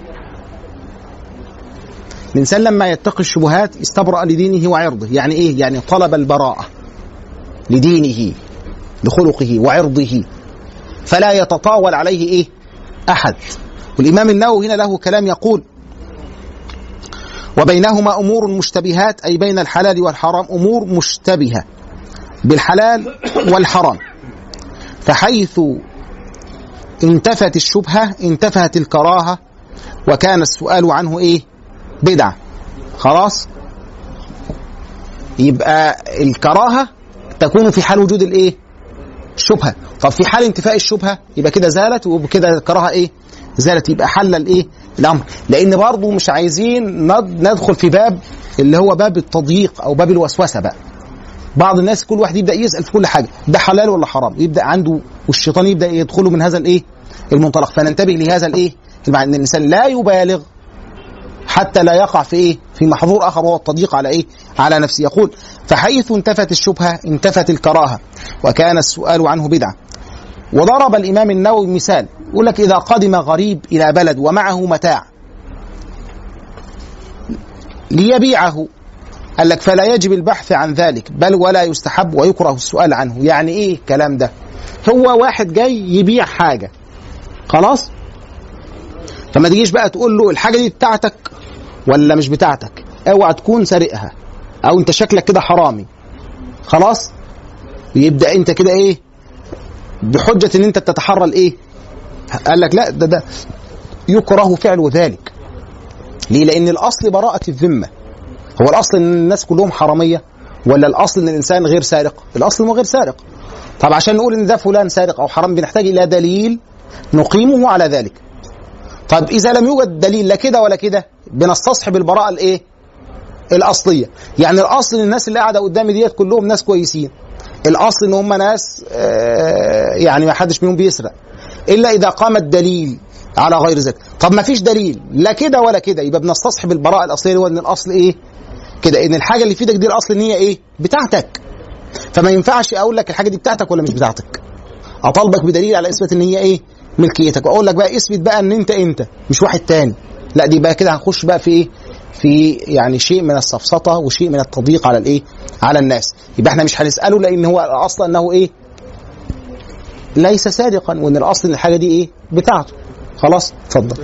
الانسان لما يتقي الشبهات استبرأ لدينه وعرضه، يعني ايه؟ يعني طلب البراءه لدينه لخلقه وعرضه، فلا يتطاول عليه ايه؟ احد. والامام النووي هنا له كلام يقول وبينهما امور مشتبهات، اي بين الحلال والحرام امور مشتبهه بالحلال والحرام، فحيث انتفت الشبهه انتفت الكراهه وكان السؤال عنه ايه؟ بدعه. خلاص. يبقى الكراهه تكون في حال وجود الايه؟ الشبهه. طب في حال انتفاء الشبهه يبقى كده زالت، وبكده الكراهه ايه؟ زالت. يبقى حل الايه؟ الامر. لان برضو مش عايزين ندخل في باب اللي هو باب التضييق او باب الوسوسه بقى. بعض الناس كل واحد يبدا يسال في كل حاجه، ده حلال ولا حرام، يبدا عنده والشيطان يبدا يدخله من هذا الايه المنطلق. فننتبه لهذا الايه المعنى، ان الانسان لا يبالغ حتى لا يقع في ايه في محظور اخر وهو التضييق على ايه على نفسه. يقول فحيث انتفت الشبهه انتفت الكراهه وكان السؤال عنه بدعه. وضرب الامام النووي مثال، يقول لك اذا قدم غريب الى بلد ومعه متاع ليبيعه، قال لك فلا يجب البحث عن ذلك بل ولا يستحب ويكره السؤال عنه. يعني ايه الكلام ده؟ هو واحد جاي يبيع حاجه خلاص، فما تجيش بقى تقول له الحاجه دي بتاعتك ولا مش بتاعتك، اوعى تكون سارقها او انت شكلك كده حرامي خلاص. يبدا انت كده ايه بحجه ان انت تتحرى الايه، قال لك لا ده يكره فعل ذلك. ليه؟ لان الاصل براءه الذمه. هو الاصل ان الناس كلهم حراميه ولا الاصل ان الانسان غير سارق؟ الاصل انه غير سارق. طب عشان نقول ان ده فلان سارق او حرام بنحتاج الى دليل نقيمه على ذلك. طب اذا لم يوجد دليل لا كده ولا كده بنستصحب البراءه الايه الاصليه. يعني الاصل ان الناس اللي قاعده قدامي ديت كلهم ناس كويسين، الاصل ان هم ناس يعني ما حدش منهم بيسرق الا اذا قام الدليل على غير ذلك. طب ما فيش دليل لا كده ولا كده، يبقى بنستصحب البراءه الاصليه، هو ان الاصل ايه كده، ان الحاجه اللي في ايدك دي الاصل ان هي ايه بتاعتك. فما ينفعش اقول لك الحاجه دي بتاعتك ولا مش بتاعتك، اطالبك بدليل على اثبات ان هي ايه ملكيتك، واقول لك بقى اثبت بقى ان انت مش واحد تاني. لا دي بقى كده هنخش بقى في ايه في يعني شيء من السفسطه وشيء من التضييق على الايه على الناس. يبقى احنا مش هنساله لان هو اصلا انه ايه ليس سارقا، وان الاصل ان الحاجه دي ايه بتاعته خلاص. اتفضل.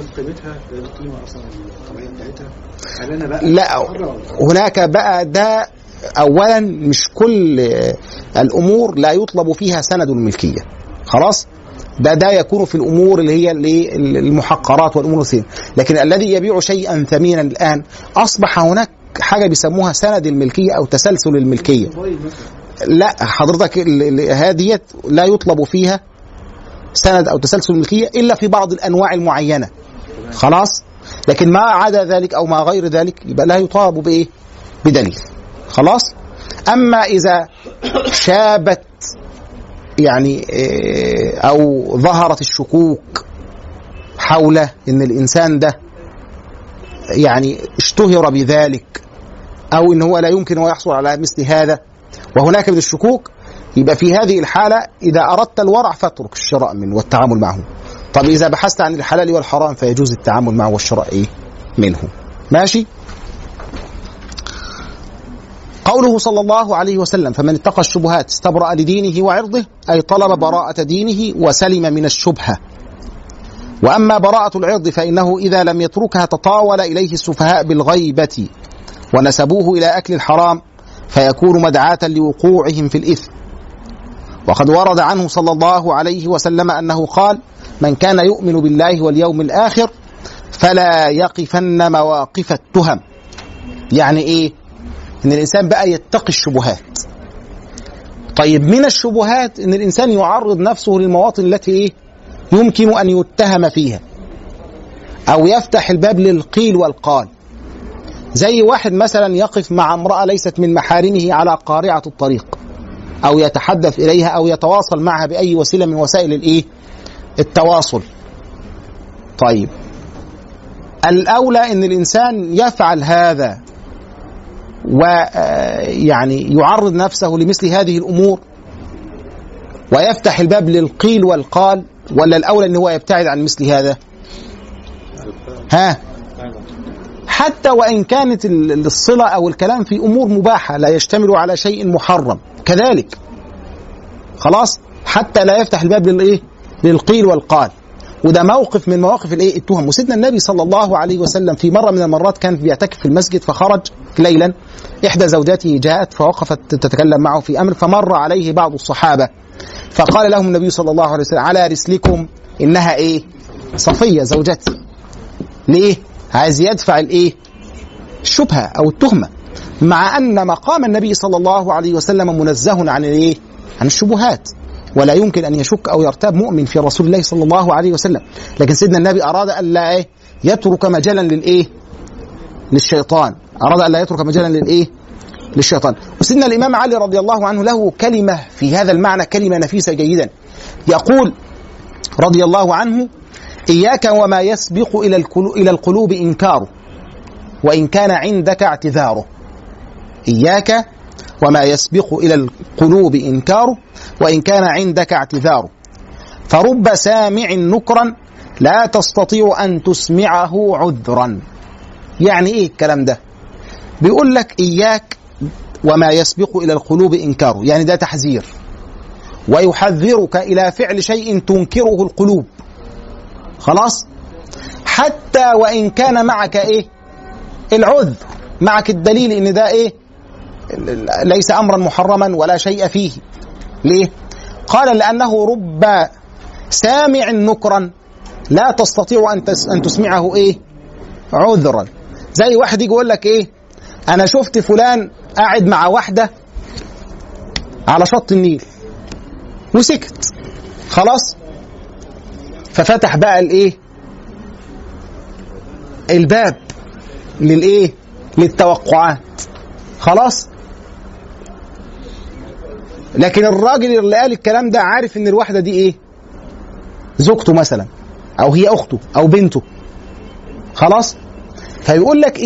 لا هناك بقى ده اولا مش كل الامور لا يطلب فيها سند الملكيه خلاص، ده يكون في الامور اللي هي المحقرات والامور الثانيه. لكن الذي يبيع شيئا ثمينا الان اصبح هناك حاجه بيسموها سند الملكيه او تسلسل الملكيه. لا حضرتك هذه لا يطلب فيها سند او تسلسل الملكيه الا في بعض الانواع المعينه خلاص. لكن ما عدا ذلك او ما غير ذلك يبقى لا يطالب بايه بدليل خلاص. اما اذا شابت يعني او ظهرت الشكوك حول ان الانسان ده يعني اشتهر بذلك او ان هو لا يمكن ان يحصل على مثل هذا وهناك من الشكوك، يبقى في هذه الحالة إذا أردت الورع فاترك الشراء منه والتعامل معه. طب إذا بحثت عن الحلال والحرام فيجوز التعامل معه والشراء إيه منه. ماشي. قوله صلى الله عليه وسلم فمن اتقى الشبهات استبرأ لدينه وعرضه، أي طلب براءة دينه وسلم من الشبهة. وأما براءة العرض فإنه إذا لم يتركها تطاول إليه السفهاء بالغيبة ونسبوه إلى أكل الحرام فيكون مدعاة لوقوعهم في الإثم. وقد ورد عنه صلى الله عليه وسلم أنه قال من كان يؤمن بالله واليوم الآخر فلا يقفن مواقف التهم. يعني إيه؟ إن الإنسان بقى يتقي الشبهات. طيب من الشبهات إن الإنسان يعرض نفسه للمواطن التي إيه؟ يمكن أن يتهم فيها أو يفتح الباب للقيل والقال. زي واحد مثلا يقف مع امرأة ليست من محارمه على قارعة الطريق أو يتحدث إليها أو يتواصل معها بأي وسيلة من وسائل الإيه؟ التواصل. طيب الأولى إن الإنسان يفعل هذا ويعني يعرض نفسه لمثل هذه الأمور ويفتح الباب للقيل والقال، ولا الأولى إن هو يبتعد عن مثل هذا؟ حتى وإن كانت الصلة أو الكلام في أمور مباحة لا يشتمل على شيء محرم كذلك خلاص، حتى لا يفتح الباب للإيه؟ للقيل والقال. وده موقف من مواقف الإيه؟ التهم. وسيدنا النبي صلى الله عليه وسلم في مرة من المرات كان بيعتكف في المسجد فخرج ليلا، إحدى زوجاته جاءت فوقفت تتكلم معه في أمر، فمر عليه بعض الصحابة فقال لهم النبي صلى الله عليه وسلم على رسلكم إنها إيه؟ صفية زوجتي. ليه؟ عايز يدفع الإيه؟ الشبهة أو التهمة، مع أن مقام النبي صلى الله عليه وسلم منزه عن الإيه؟ عن الشبهات، ولا يمكن أن يشك أو يرتاب مؤمن في رسول الله صلى الله عليه وسلم. لكن سيدنا النبي أراد أن لا إيه؟ يترك مجالا للإيه؟ للشيطان أراد أن لا يترك مجالا للإيه؟ للشيطان. وسيدنا الإمام علي رضي الله عنه له كلمة في هذا المعنى، كلمة نفيسة جيدا، يقول رضي الله عنه: إياك وما يسبق إلى القلوب إنكاره وإن كان عندك اعتذاره. إياك وما يسبق إلى القلوب إنكاره وإن كان عندك اعتذاره، فرب سامع نكرا لا تستطيع أن تسمعه عذرا. يعني إيه الكلام ده؟ بيقول لك إياك وما يسبق إلى القلوب إنكاره، يعني ده تحذير، ويحذرك إلى فعل شيء تنكره القلوب، خلاص، حتى وإن كان معك إيه؟ العذر، معك الدليل إن ده إيه؟ ليس أمرا محرما ولا شيء فيه. ليه؟ قال لأنه رب سامع نكرا لا تستطيع أن تسمعه إيه؟ عذرا. زي واحد يجي يقول لك إيه؟ أنا شفت فلان قاعد مع واحدة على شط النيل وسكت، خلاص، ففتح بقى الإيه؟ الباب للإيه؟ للتوقعات، خلاص. لكن الراجل اللي قال الكلام ده عارف ان الواحدة دي ايه؟ زوجته مثلا، او هي اخته او بنته، خلاص. فيقول لك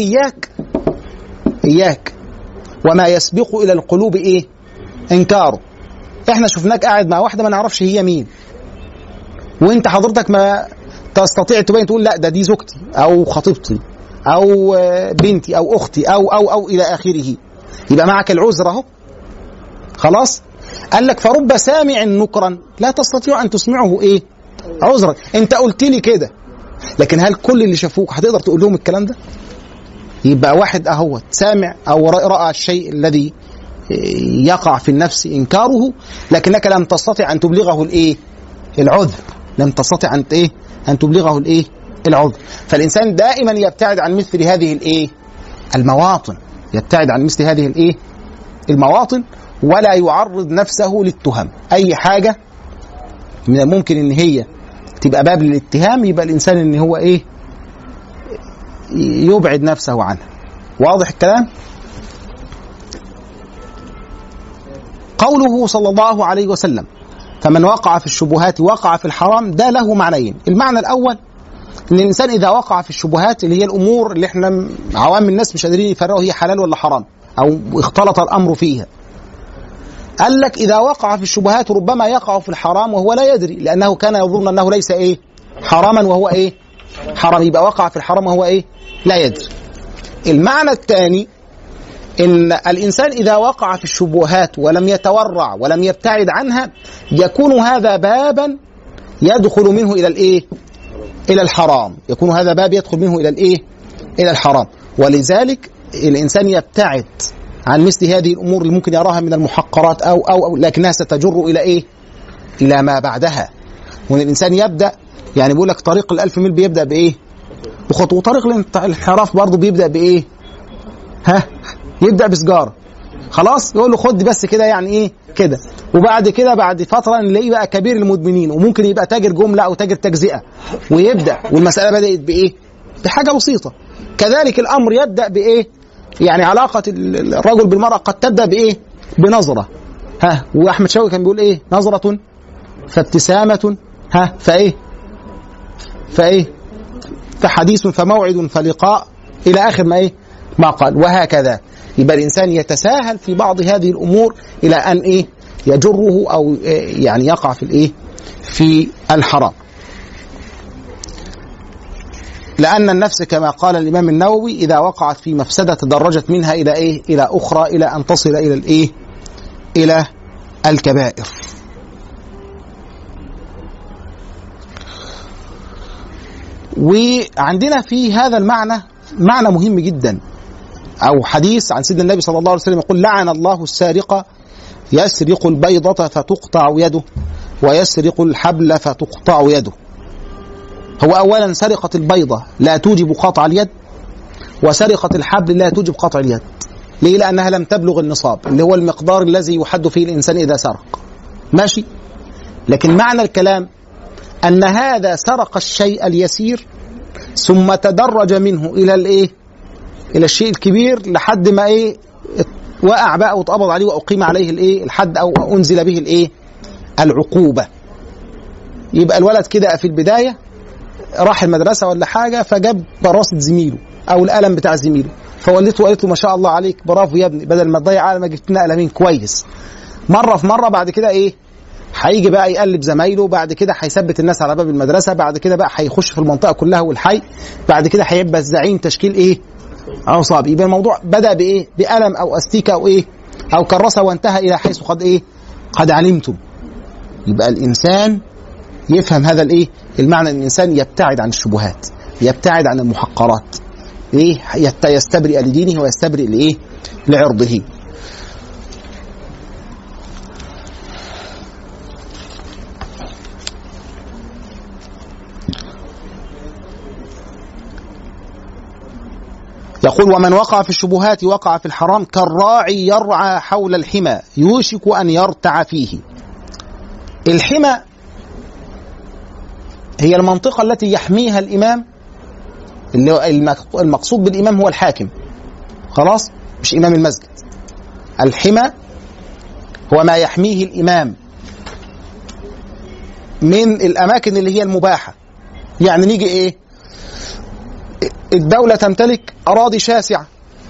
إياك وما يسبق الى القلوب ايه؟ انكاره. احنا شفناك قاعد مع واحدة ما نعرفش هي مين، وانت حضرتك ما تستطيع تبين تقول لا ده دي زوجتي او خطيبتي او بنتي او اختي او الى اخره، يبقى معك العذر اهو، خلاص. قال لك فرب سامع نكرا لا تستطيع ان تسمعه ايه؟ عذرا. انت قلت لي كده، لكن هل كل اللي شافوك هتقدر تقول لهم الكلام ده؟ يبقى واحد اهو سامع او راى الشيء الذي يقع في النفس انكاره، لكنك لم تستطع ان تبلغه الايه؟ العذر. لم تستطع ان ايه؟ ان تبلغه الايه؟ العذر. فالانسان دائما يبتعد عن مثل هذه الايه؟ المواطن، يبتعد عن مثل هذه الايه؟ المواطن، ولا يعرض نفسه للتهم. اي حاجه من الممكن ان هي تبقى باب للاتهام، يبقى الانسان ان هو ايه؟ يبعد نفسه عنها. واضح الكلام؟ قوله صلى الله عليه وسلم: فمن وقع في الشبهات وقع في الحرام، ده له معنيين. المعنى الاول ان الانسان اذا وقع في الشبهات، اللي هي الامور اللي احنا عوام الناس مش قادرين يفرقوا هي حلال ولا حرام، او اختلط الامر فيها، قال لك اذا وقع في الشبهات ربما يقع في الحرام وهو لا يدري، لانه كان يظن انه ليس ايه؟ حراما وهو ايه؟ حرام، يبقى وقع في الحرام وهو ايه؟ لا يدري. المعنى الثاني ان الانسان اذا وقع في الشبهات ولم يتورع ولم يبتعد عنها، يكون هذا بابا يدخل منه الى الايه؟ الى الحرام. يكون هذا باب يدخل منه الى الايه؟ الى الحرام. ولذلك الانسان يبتعد عن مثل هذه الامور اللي ممكن يراها من المحقرات او لكنها ستجر الى ايه؟ الى ما بعدها. وان الانسان يبدا، يعني بيقول لك طريق ال1000 ميل بيبدا بايه؟ بخطوه. طريق الانحراف برضه بيبدا بايه؟ يبدا بسجاره، خلاص، يقول له خد بس كده، يعني ايه كده، وبعد كده بعد فتره نلاقيه بقى كبير المدمنين، وممكن يبقى تاجر جمله او تاجر تجزئه، ويبدا، والمساله بدات بايه؟ بحاجه بسيطه. كذلك الامر يبدا بايه؟ يعني علاقه الرجل بالمراه قد تبدا بايه؟ بنظره، واحمد شوقي كان بيقول ايه؟ نظره فابتسامه، فايه فحديث فموعد فلقاء، الى اخر ما ايه؟ ما قال. وهكذا يبقى الانسان يتساهل في بعض هذه الامور الى ان ايه؟ يجره او يعني يقع في الايه؟ في الحرام. لان النفس كما قال الامام النووي اذا وقعت في مفسده تدرجت منها الى ايه؟ الى اخرى، الى ان تصل الى الايه؟ الى الكبائر. وعندنا في هذا المعنى معنى مهم جدا، أو حديث عن سيدنا النبي صلى الله عليه وسلم يقول: لعن الله السارق يسرق البيضة فتقطع يده ويسرق الحبل فتقطع يده. هو أولا سرقة البيضة لا توجب قطع اليد، وسرقة الحبل لا توجب قطع اليد. ليه؟ لأنها لم تبلغ النصاب اللي هو المقدار الذي يحد فيه الإنسان إذا سرق، ماشي. لكن معنى الكلام أن هذا سرق الشيء اليسير ثم تدرج منه إلى الإيه؟ الى الشيء الكبير لحد ما ايه وقع بقى واتقبض عليه واقيم عليه الايه الحد او انزل به الايه العقوبه. يبقى الولد كده في البدايه راح المدرسه ولا حاجه فجاب براسه زميله او القلم بتاع زميله، فوالدته قالت له ما شاء الله عليك برافو يا ابني، بدل ما تضيع على ما جبت لنا قلمين كويس. مره في مره بعد كده ايه هيجي بقى يقلب زمايله، بعد كده هيثبت الناس على باب المدرسه، بعد كده بقى هيخش في المنطقه كلها والحي، بعد كده هيبقى الزعيم تشكيل ايه عصابي. يبقى الموضوع بدا بايه بقلم او استيكه او ايه او كراسه وانتهى الى حيث قد ايه قد علمتم. يبقى الانسان يفهم هذا الايه المعنى، ان الانسان يبتعد عن الشبهات، يبتعد عن المحقرات، ايه يستبرئ لدينه ويستبرئ لايه لعرضه. يقول ومن وقع في الشبهات وقع في الحرام كالراعي يرعى حول الحمى يوشك أن يرتع فيه. الحمى هي المنطقة التي يحميها الإمام، اللي المقصود بالإمام هو الحاكم، خلاص مش إمام المسجد. الحمى هو ما يحميه الإمام من الأماكن اللي هي المباحة. يعني نيجي إيه الدولة تمتلك أراضي شاسعة،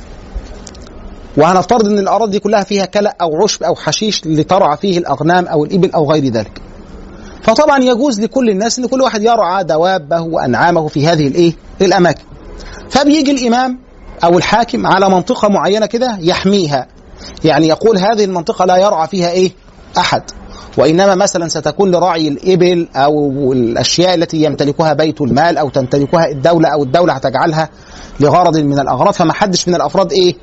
وهنفترض أن الأراضي دي كلها فيها كلأ أو عشب أو حشيش لترعى فيه الأغنام أو الإبل أو غير ذلك. فطبعا يجوز لكل الناس أن كل واحد يرعى دوابه وأنعامه في هذه الإيه الأماكن. فبيجي الإمام أو الحاكم على منطقة معينة كده يحميها، يعني يقول هذه المنطقة لا يرعى فيها إيه أحد، وإنما مثلا ستكون لراعي الإبل أو الأشياء التي يمتلكها بيت المال أو تمتلكها الدولة أو الدولة هتجعلها لغرض من الأغراض، فما حدش من الأفراد إيه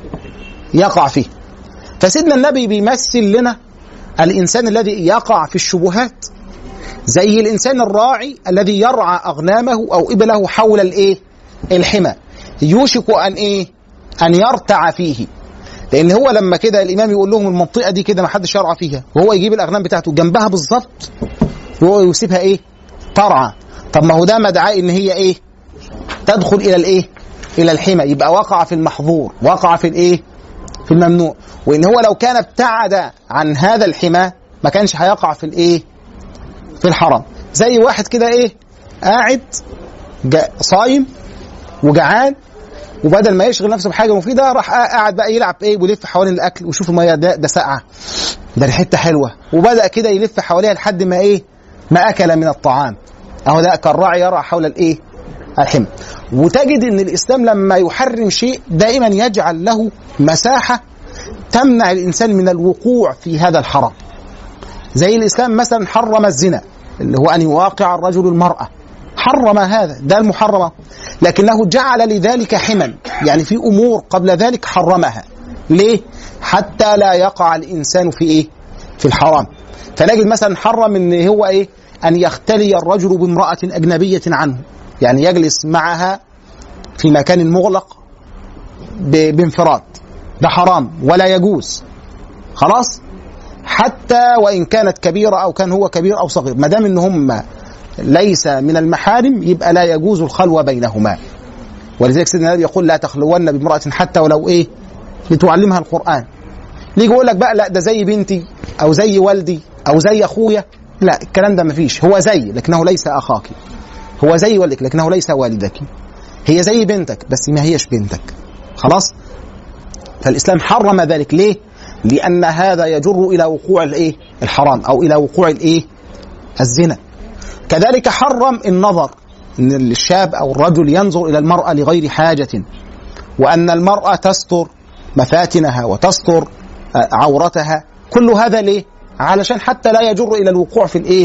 يقع فيه. فسيدنا النبي بيمثل لنا الإنسان الذي يقع في الشبهات زي الإنسان الراعي الذي يرعى أغنامه أو إبله حول الإيه الحمى يوشك أن إيه أن يرتع فيه. لأن هو لما كده الإمام يقول لهم المنطقة دي كده ما حدش يرعى فيها، وهو يجيب الأغنام بتاعته جنبها بالظبط وهو يسيبها إيه ترعى، طب ما هو ده مدعاء إن هي إيه تدخل إلى الإيه إلى الحمى، يبقى وقع في المحظور، وقع في الإيه في الممنوع. وإن هو لو كان ابتعد عن هذا الحمى ما كانش هيقع في الإيه في الحرام. زي واحد كده إيه قاعد صايم وجعان، وبدل ما يشغل نفسه بحاجه مفيده راح قاعد بقى يلعب ايه ويلف حوالين الاكل ويشوف الميه ده ساقعه ده ريحتها حلوه، وبدا كده يلف حواليها لحد ما ايه ما اكل من الطعام. اهو ده كالراعي يرعى حول الايه الحمى. وتجد ان الاسلام لما يحرم شيء دائما يجعل له مساحه تمنع الانسان من الوقوع في هذا الحرام. زي الاسلام مثلا حرم الزنا اللي هو ان يواقع الرجل المراه، حرم هذا ده المحرمة، لكنه جعل لذلك حما، يعني في أمور قبل ذلك حرمها. ليه؟ حتى لا يقع الإنسان في إيه في الحرام. فنجد مثلا حرم إن هو إيه أن يختلي الرجل بامرأة أجنبية عنه، يعني يجلس معها في مكان مغلق بانفراد، ده حرام ولا يجوز خلاص، حتى وإن كانت كبيرة أو كان هو كبير أو صغير، ما دام إن هم ليس من المحارم يبقى لا يجوز الخلوة بينهما. ولذلك سيدنا النبي يقول لا تخلون بامرأة حتى ولو ايه لتعلمها القرآن. ليجي يقول لك بقى لا ده زي بنتي او زي والدي او زي اخويا، لا الكلام ده مفيش، هو زي لكنه ليس اخاك، هو زي والدك لكنه ليس والدك، هي زي بنتك بس ما هيش بنتك خلاص. فالإسلام حرم ذلك. ليه؟ لأن هذا يجر إلى وقوع الايه الحرام او إلى وقوع الايه الزنا. كذلك حرم النظر، ان الشاب او الرجل ينظر الى المرأة لغير حاجة، وان المرأة تستر مفاتنها وتستر عورتها، كل هذا ليه؟ علشان حتى لا يجر الى الوقوع في الايه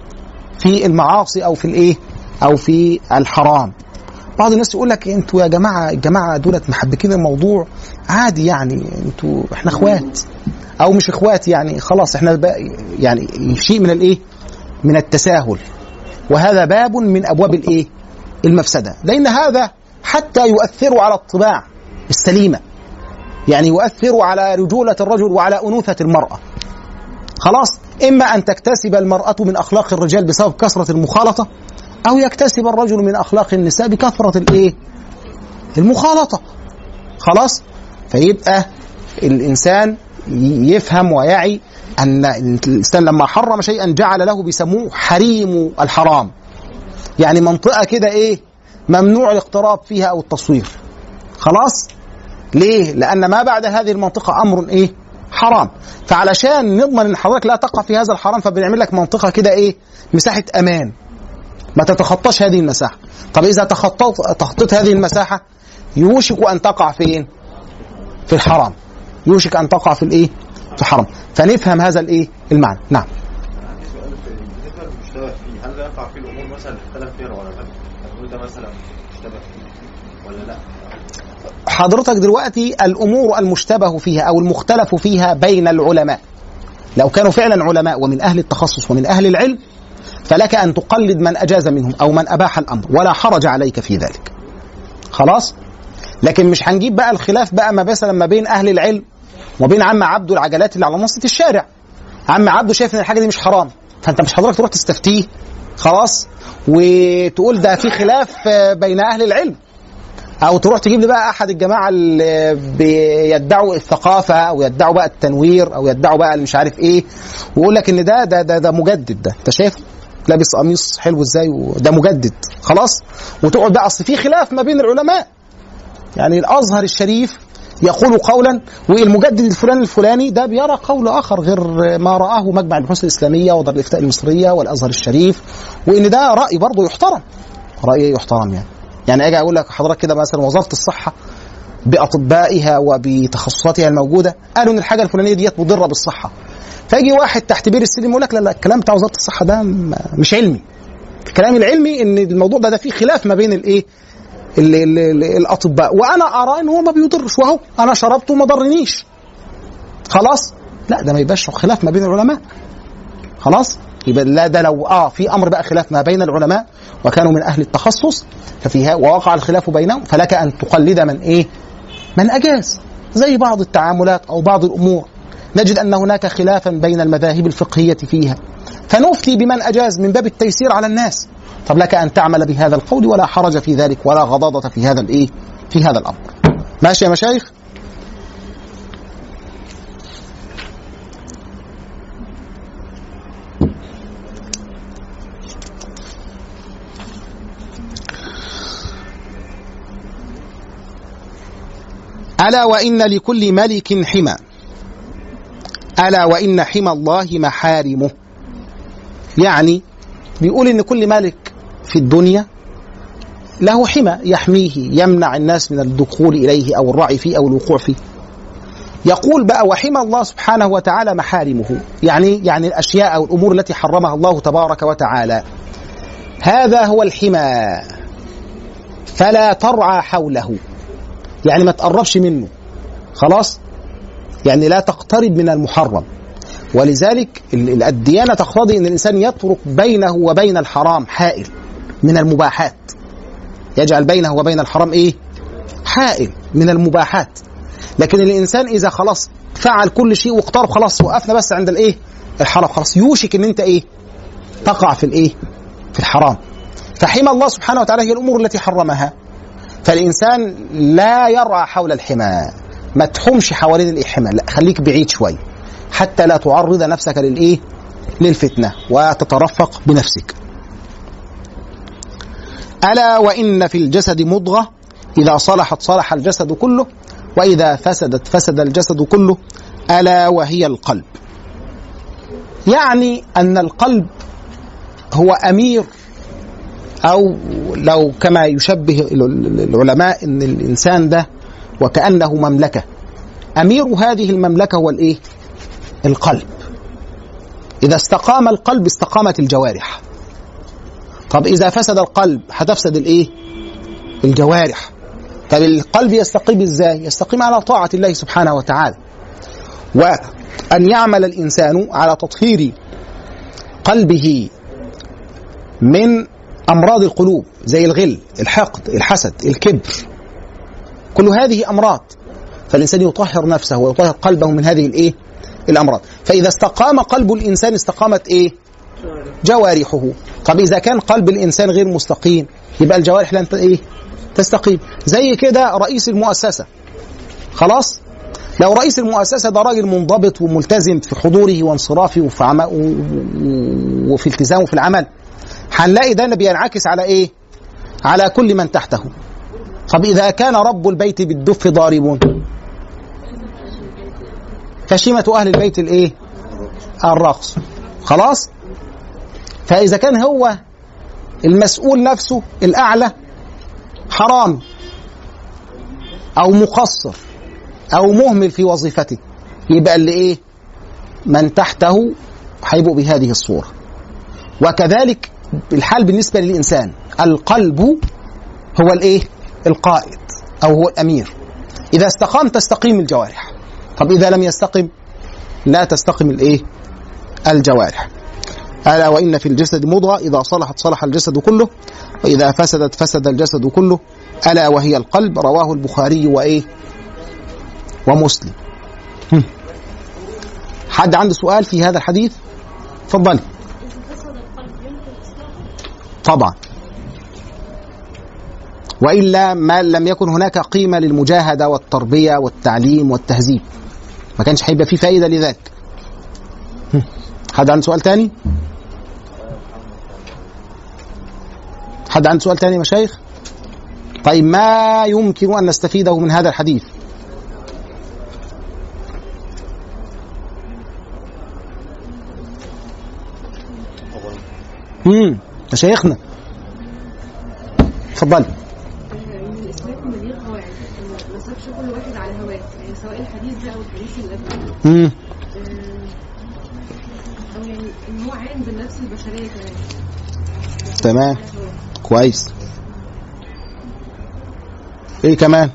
في المعاصي او في الايه او في الحرام. بعض الناس يقول لك انتوا يا جماعة الجماعة دولت محبكين الموضوع عادي، يعني انتوا احنا اخوات او مش اخوات، يعني خلاص احنا يعني شيء من الايه من التساهل. وهذا باب من أبواب الإيه المفسدة، لأن هذا حتى يؤثر على الطباع السليمة، يعني يؤثر على رجولة الرجل وعلى أنوثة المرأة. خلاص، إما أن تكتسب المرأة من أخلاق الرجال بسبب كثرة المخالطة، أو يكتسب الرجل من أخلاق النساء بكثرة الإيه المخالطة. خلاص. فيبقى الإنسان يفهم ويعي أن الإنسان لما حرم شيئا جعل له بيسموه حريم الحرام، يعني منطقة كده إيه ممنوع الاقتراب فيها أو التصوير. خلاص. ليه؟ لأن ما بعد هذه المنطقة أمر إيه حرام. فعلشان نضمن أن حضرتك لا تقع في هذا الحرام فبنعمل لك منطقة كده إيه مساحة أمان ما تتخطاش هذه المساحة. طب إذا تخطيت هذه المساحة يوشك أن تقع فين؟ في الحرام، يوشك أن تقع في الإيه؟ في الحرام. فنفهم هذا الإيه المعنى. نعم. بالنسبة للمشتبه فيه، هل لا يقع فيه الأمور مثلا اللي اختلف فيها العلماء؟ هنقول ده مثلا مشتبه فيه ولا لا؟ حضرتك دلوقتي الأمور المشتبه فيها أو المختلف فيها بين العلماء لو كانوا فعلا علماء ومن أهل التخصص ومن أهل العلم فلك أن تقلد من أجاز منهم أو من أباح الأمر ولا حرج عليك في ذلك. خلاص. لكن مش هنجيب بقى الخلاف بقى ما بين أهل العلم وبين عم عبده العجلات اللي على نصة الشارع. عم عبده شايف ان الحاجة دي مش حرام، فانت مش حضرتك تروح تستفتيه خلاص وتقول ده في خلاف بين أهل العلم، او تروح تجيب لي بقى احد الجماعه اللي بيدعوا الثقافه او يدعوا بقى التنوير او يدعوا بقى مش عارف ايه ويقول لك ان ده مجدد، ده انت شايف لابس قميص حلو ازاي وده مجدد. خلاص. وتقعد بقى اصل في خلاف ما بين العلماء، يعني الازهر الشريف يقول قولا والمجدد الفلاني ده بيرى قول اخر غير ما رآه مجمع البحوث الاسلاميه ودار الافتاء المصريه والازهر الشريف، وان ده راي برضه يحترم، راي يحترم. يعني اجي اقول لك حضرتك كده مثلا وزاره الصحه باطبائها وبتخصصاتها الموجوده قالوا ان الحاجه الفلانيه ديت مضره بالصحه، فيجي واحد تحت بير السلم يقول لك لا الكلام بتاع وزاره الصحه ده مش علمي. الكلام العلمي ان الموضوع ده فيه خلاف ما بين الايه الاطباء، وانا ارى ان هو ما بيضرش وهو انا شربته وما ضرنيش. خلاص. لا ده ما يبقاش خلاف ما بين العلماء. خلاص. يبقى لا ده لو في امر بقى خلاف ما بين العلماء وكانوا من اهل التخصص ففيها ووقع الخلاف بينهم فلك ان تقلد من اجاز. زي بعض التعاملات او بعض الامور نجد ان هناك خلافا بين المذاهب الفقهيه فيها فنفتي بمن اجاز من باب التيسير على الناس. طب لك ان تعمل بهذا القول ولا حرج في ذلك ولا غضاضه في هذا في هذا الامر. ماشي يا مشايخ؟ ألا وإن لكل ملك حمى، ألا وإن حمى الله محارمه. يعني بيقول إن كل ملك في الدنيا له حمى يحميه يمنع الناس من الدخول إليه أو الرعي فيه أو الوقوع فيه. يقول بقى وحمى الله سبحانه وتعالى محارمه، يعني الأشياء أو الأمور التي حرمها الله تبارك وتعالى، هذا هو الحمى فلا ترعى حوله، يعني ما تقربش منه. خلاص. يعني لا تقترب من المحرم. ولذلك الديانة تقتضي ان الانسان يترك بينه وبين الحرام حائل من المباحات، يجعل بينه وبين الحرام حائل من المباحات. لكن الانسان اذا خلاص فعل كل شيء واقترب خلاص وقفنا بس عند الحرام خلاص يوشك ان انت تقع في في الحرام. فحمى الله سبحانه وتعالى هي الامور التي حرمها، فالإنسان لا يرعى حول الحمى، ما تحومش حوالين الحمى، لا خليك بعيد شوي حتى لا تعرض نفسك للفتنة وتترفق بنفسك. ألا وإن في الجسد مضغة إذا صلحت صلح الجسد كله وإذا فسدت فسد الجسد كله ألا وهي القلب. يعني أن القلب هو أمير، أو لو كما يشبه العلماء أن الإنسان ده وكأنه مملكة، أمير هذه المملكة هو القلب. إذا استقام القلب استقامت الجوارح. طب إذا فسد القلب هتفسد الجوارح. طب القلب يستقيم إزاي؟ يستقيم على طاعة الله سبحانه وتعالى، وأن يعمل الإنسان على تطهير قلبه من أمراض القلوب زي الغل، الحقد، الحسد، الكبر، كل هذه أمراض، فالإنسان يطهر نفسه ويطهر قلبه من هذه الأمراض. فإذا استقام قلب الإنسان استقامت جوارحه. طب إذا كان قلب الإنسان غير مستقيم يبقى الجوارح لن تستقيم. زي كده رئيس المؤسسة خلاص. لو رئيس المؤسسة ده راجل منضبط وملتزم في حضوره وانصرافه وفي التزامه في العمل، هنلاقي ده بينعكس على ايه؟ على كل من تحته. طب إذا كان رب البيت بالدف ضارب فشيمة أهل البيت الايه؟ الرقص. خلاص. فإذا كان هو المسؤول نفسه الأعلى حرام أو مقصر أو مهمل في وظيفته، يبقى اللي إيه؟ من تحته هيبقوا بهذه الصورة. وكذلك الحال بالنسبة للإنسان، القلب هو الإيه؟ القائد أو هو الأمير. إذا استقام تستقيم الجوارح. طب إذا لم يستقم لا تستقم الإيه؟ الجوارح. ألا وإن في الجسد مضغة إذا صلحت صلح الجسد كله وإذا فسدت فسد الجسد كله ألا وهي القلب. رواه البخاري وإيه؟ ومسلم. حد عنده سؤال في هذا الحديث؟ تفضل. طبعا، وإلا ما لم يكن هناك قيمة للمجاهدة والتربية والتعليم والتهذيب، ما كانش هيبقى فيه فائدة لذلك. حد عنده سؤال تاني؟ حد عنده سؤال تاني يا مشايخ؟ طيب، ما يمكن أن نستفيده من هذا الحديث؟ مشايخنا تفضل. الاسلام مليء قواعد، ما سابش كل واحد على هواه، يعني سواء الحديث ده او الحديث اللي قبله، او يعني ان هو عام بالنفس البشريه كمان. تمام، كويس. ايه كمان؟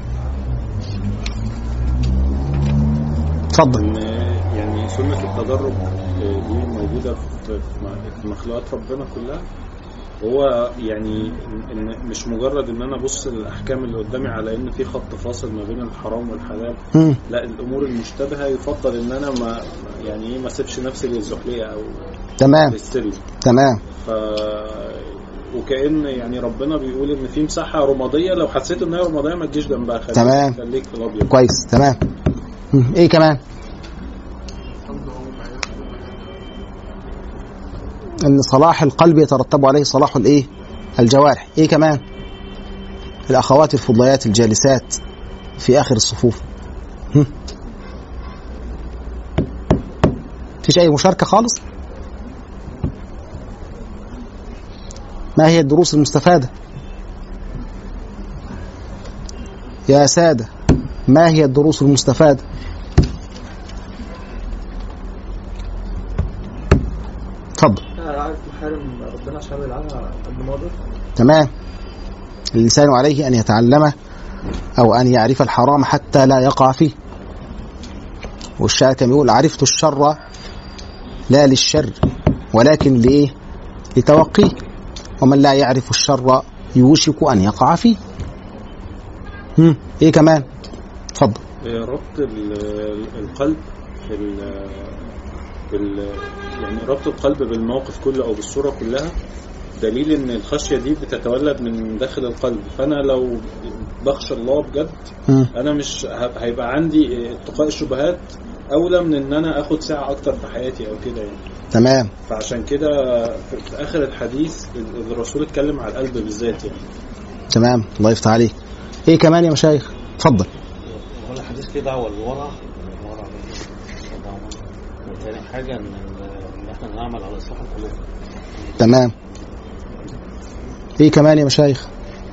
اتفضل. يعني سنة التدرج دي موجودة في مخلوقات ربنا كلها. هو يعني إن مش مجرد ان انا ابص للاحكام اللي قدامي على ان في خط فاصل ما بين الحرام والحلال، لا، الامور المشتبهه يفضل ان انا ما يعني ايه ما اسيبش نفسي للزحلية او تمام للسلم. تمام. وكأن يعني ربنا بيقول ان في مساحه رماديه، لو حسيت ان هي رماديه ما تجيش جنبها، خليك في الابيض. كويس. تمام. ايه كمان؟ ان صلاح القلب يترتب عليه صلاح الايه؟ الجوارح. ايه كمان؟ الاخوات الفضليات الجالسات في اخر الصفوف. مفيش اي مشاركه خالص؟ ما هي الدروس المستفاده يا ساده؟ ما هي الدروس المستفاده؟ اتفضل. عارف محارم ربنا عشان يلعنها قد ما اقدر. تمام. الإنسان عليه أن يتعلم أو أن يعرف الحرام حتى لا يقع فيه. والشاعر كان يقول: عرفت الشر لا للشر ولكن لإيه؟ لتوقيه، ومن لا يعرف الشر يوشك أن يقع فيه. إيه كمان؟ اتفضل. ربط القلب يعني ربط القلب بالموقف كله او بالصورة كلها دليل ان الخشية دي بتتولد من داخل القلب. فانا لو بخشى الله بجد انا مش هيبقى عندي اتقاء الشبهات اولى من ان انا اخد ساعة اكتر في حياتي او كده يعني. تمام. فعشان كده في اخر الحديث الرسول اتكلم على القلب بالذات يعني. تمام، الله يفتح عليك. ايه كمان يا مشايخ؟ اتفضل. هو الحديث فيه دعوة للورع، وثاني حاجة ان احنا نعمل على اصلاح القلوب. تمام. ايه كمان يا مشايخ؟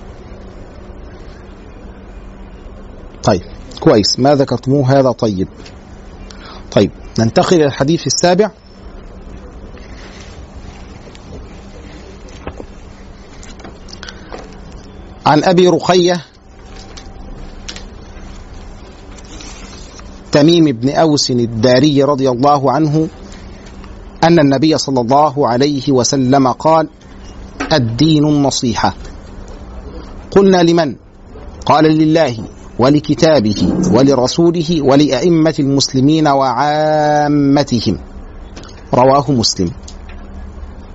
طيب، كويس، ما ذكرتموه هذا طيب. ننتقل الى الحديث السابع. عن ابي رقية تميم بن أوس الداري رضي الله عنه أن النبي صلى الله عليه وسلم قال: الدين النصيحة. قلنا: لمن؟ قال: لله ولكتابه ولرسوله ولأئمة المسلمين وعامتهم. رواه مسلم.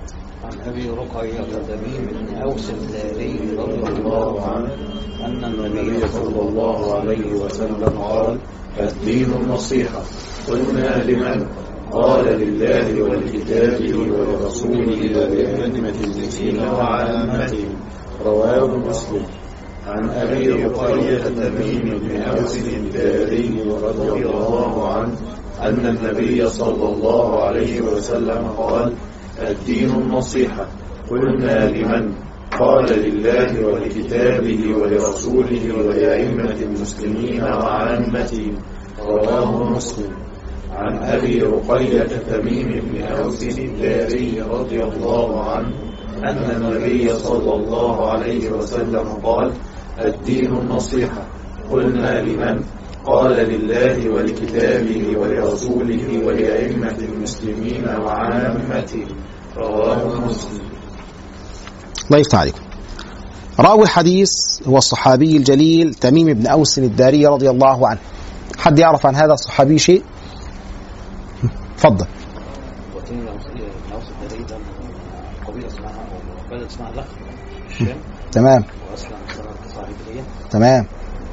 عن أبي رقية تميم بن أوس الداري رضي الله عنه أن النبي النبي صلى الله عليه وسلم قال: الدين النصيحة. قلنا: لمن؟ قال: لله ولكتابه ولرسوله ولأئمة المسلمين وعامتهم. رواه مسلم. عن أبي رقية تميم بن أوس الداري رضي الله عنه أن النبي صلى الله عليه وسلم قال: الدين النصيحة. قلنا: لمن؟ قال: لله ولكتابه ولرسوله ولأئمة المسلمين وعامتهم. رواه مسلم. عن أبي رقية تميم بن أوس الداري رضي الله عنه أن النبي صلى الله عليه وسلم قال: الدين النصيحة. قلنا: لمن؟ قال: لله ولكتابه ولرسوله ولأئمة المسلمين وعامتهم. رواه مسلم. الله يفتح عليكم. راوي الحديث هو الصحابي الجليل تميم بن أوس الداري رضي الله عنه. حد يعرف عن هذا الصحابي شيء؟ تفضل. وتميم بن أوس الداري ده قبيلة اسمها أو بلد اسمها لخ الشام. تمام. وأسلم سنة صاحبية. تمام.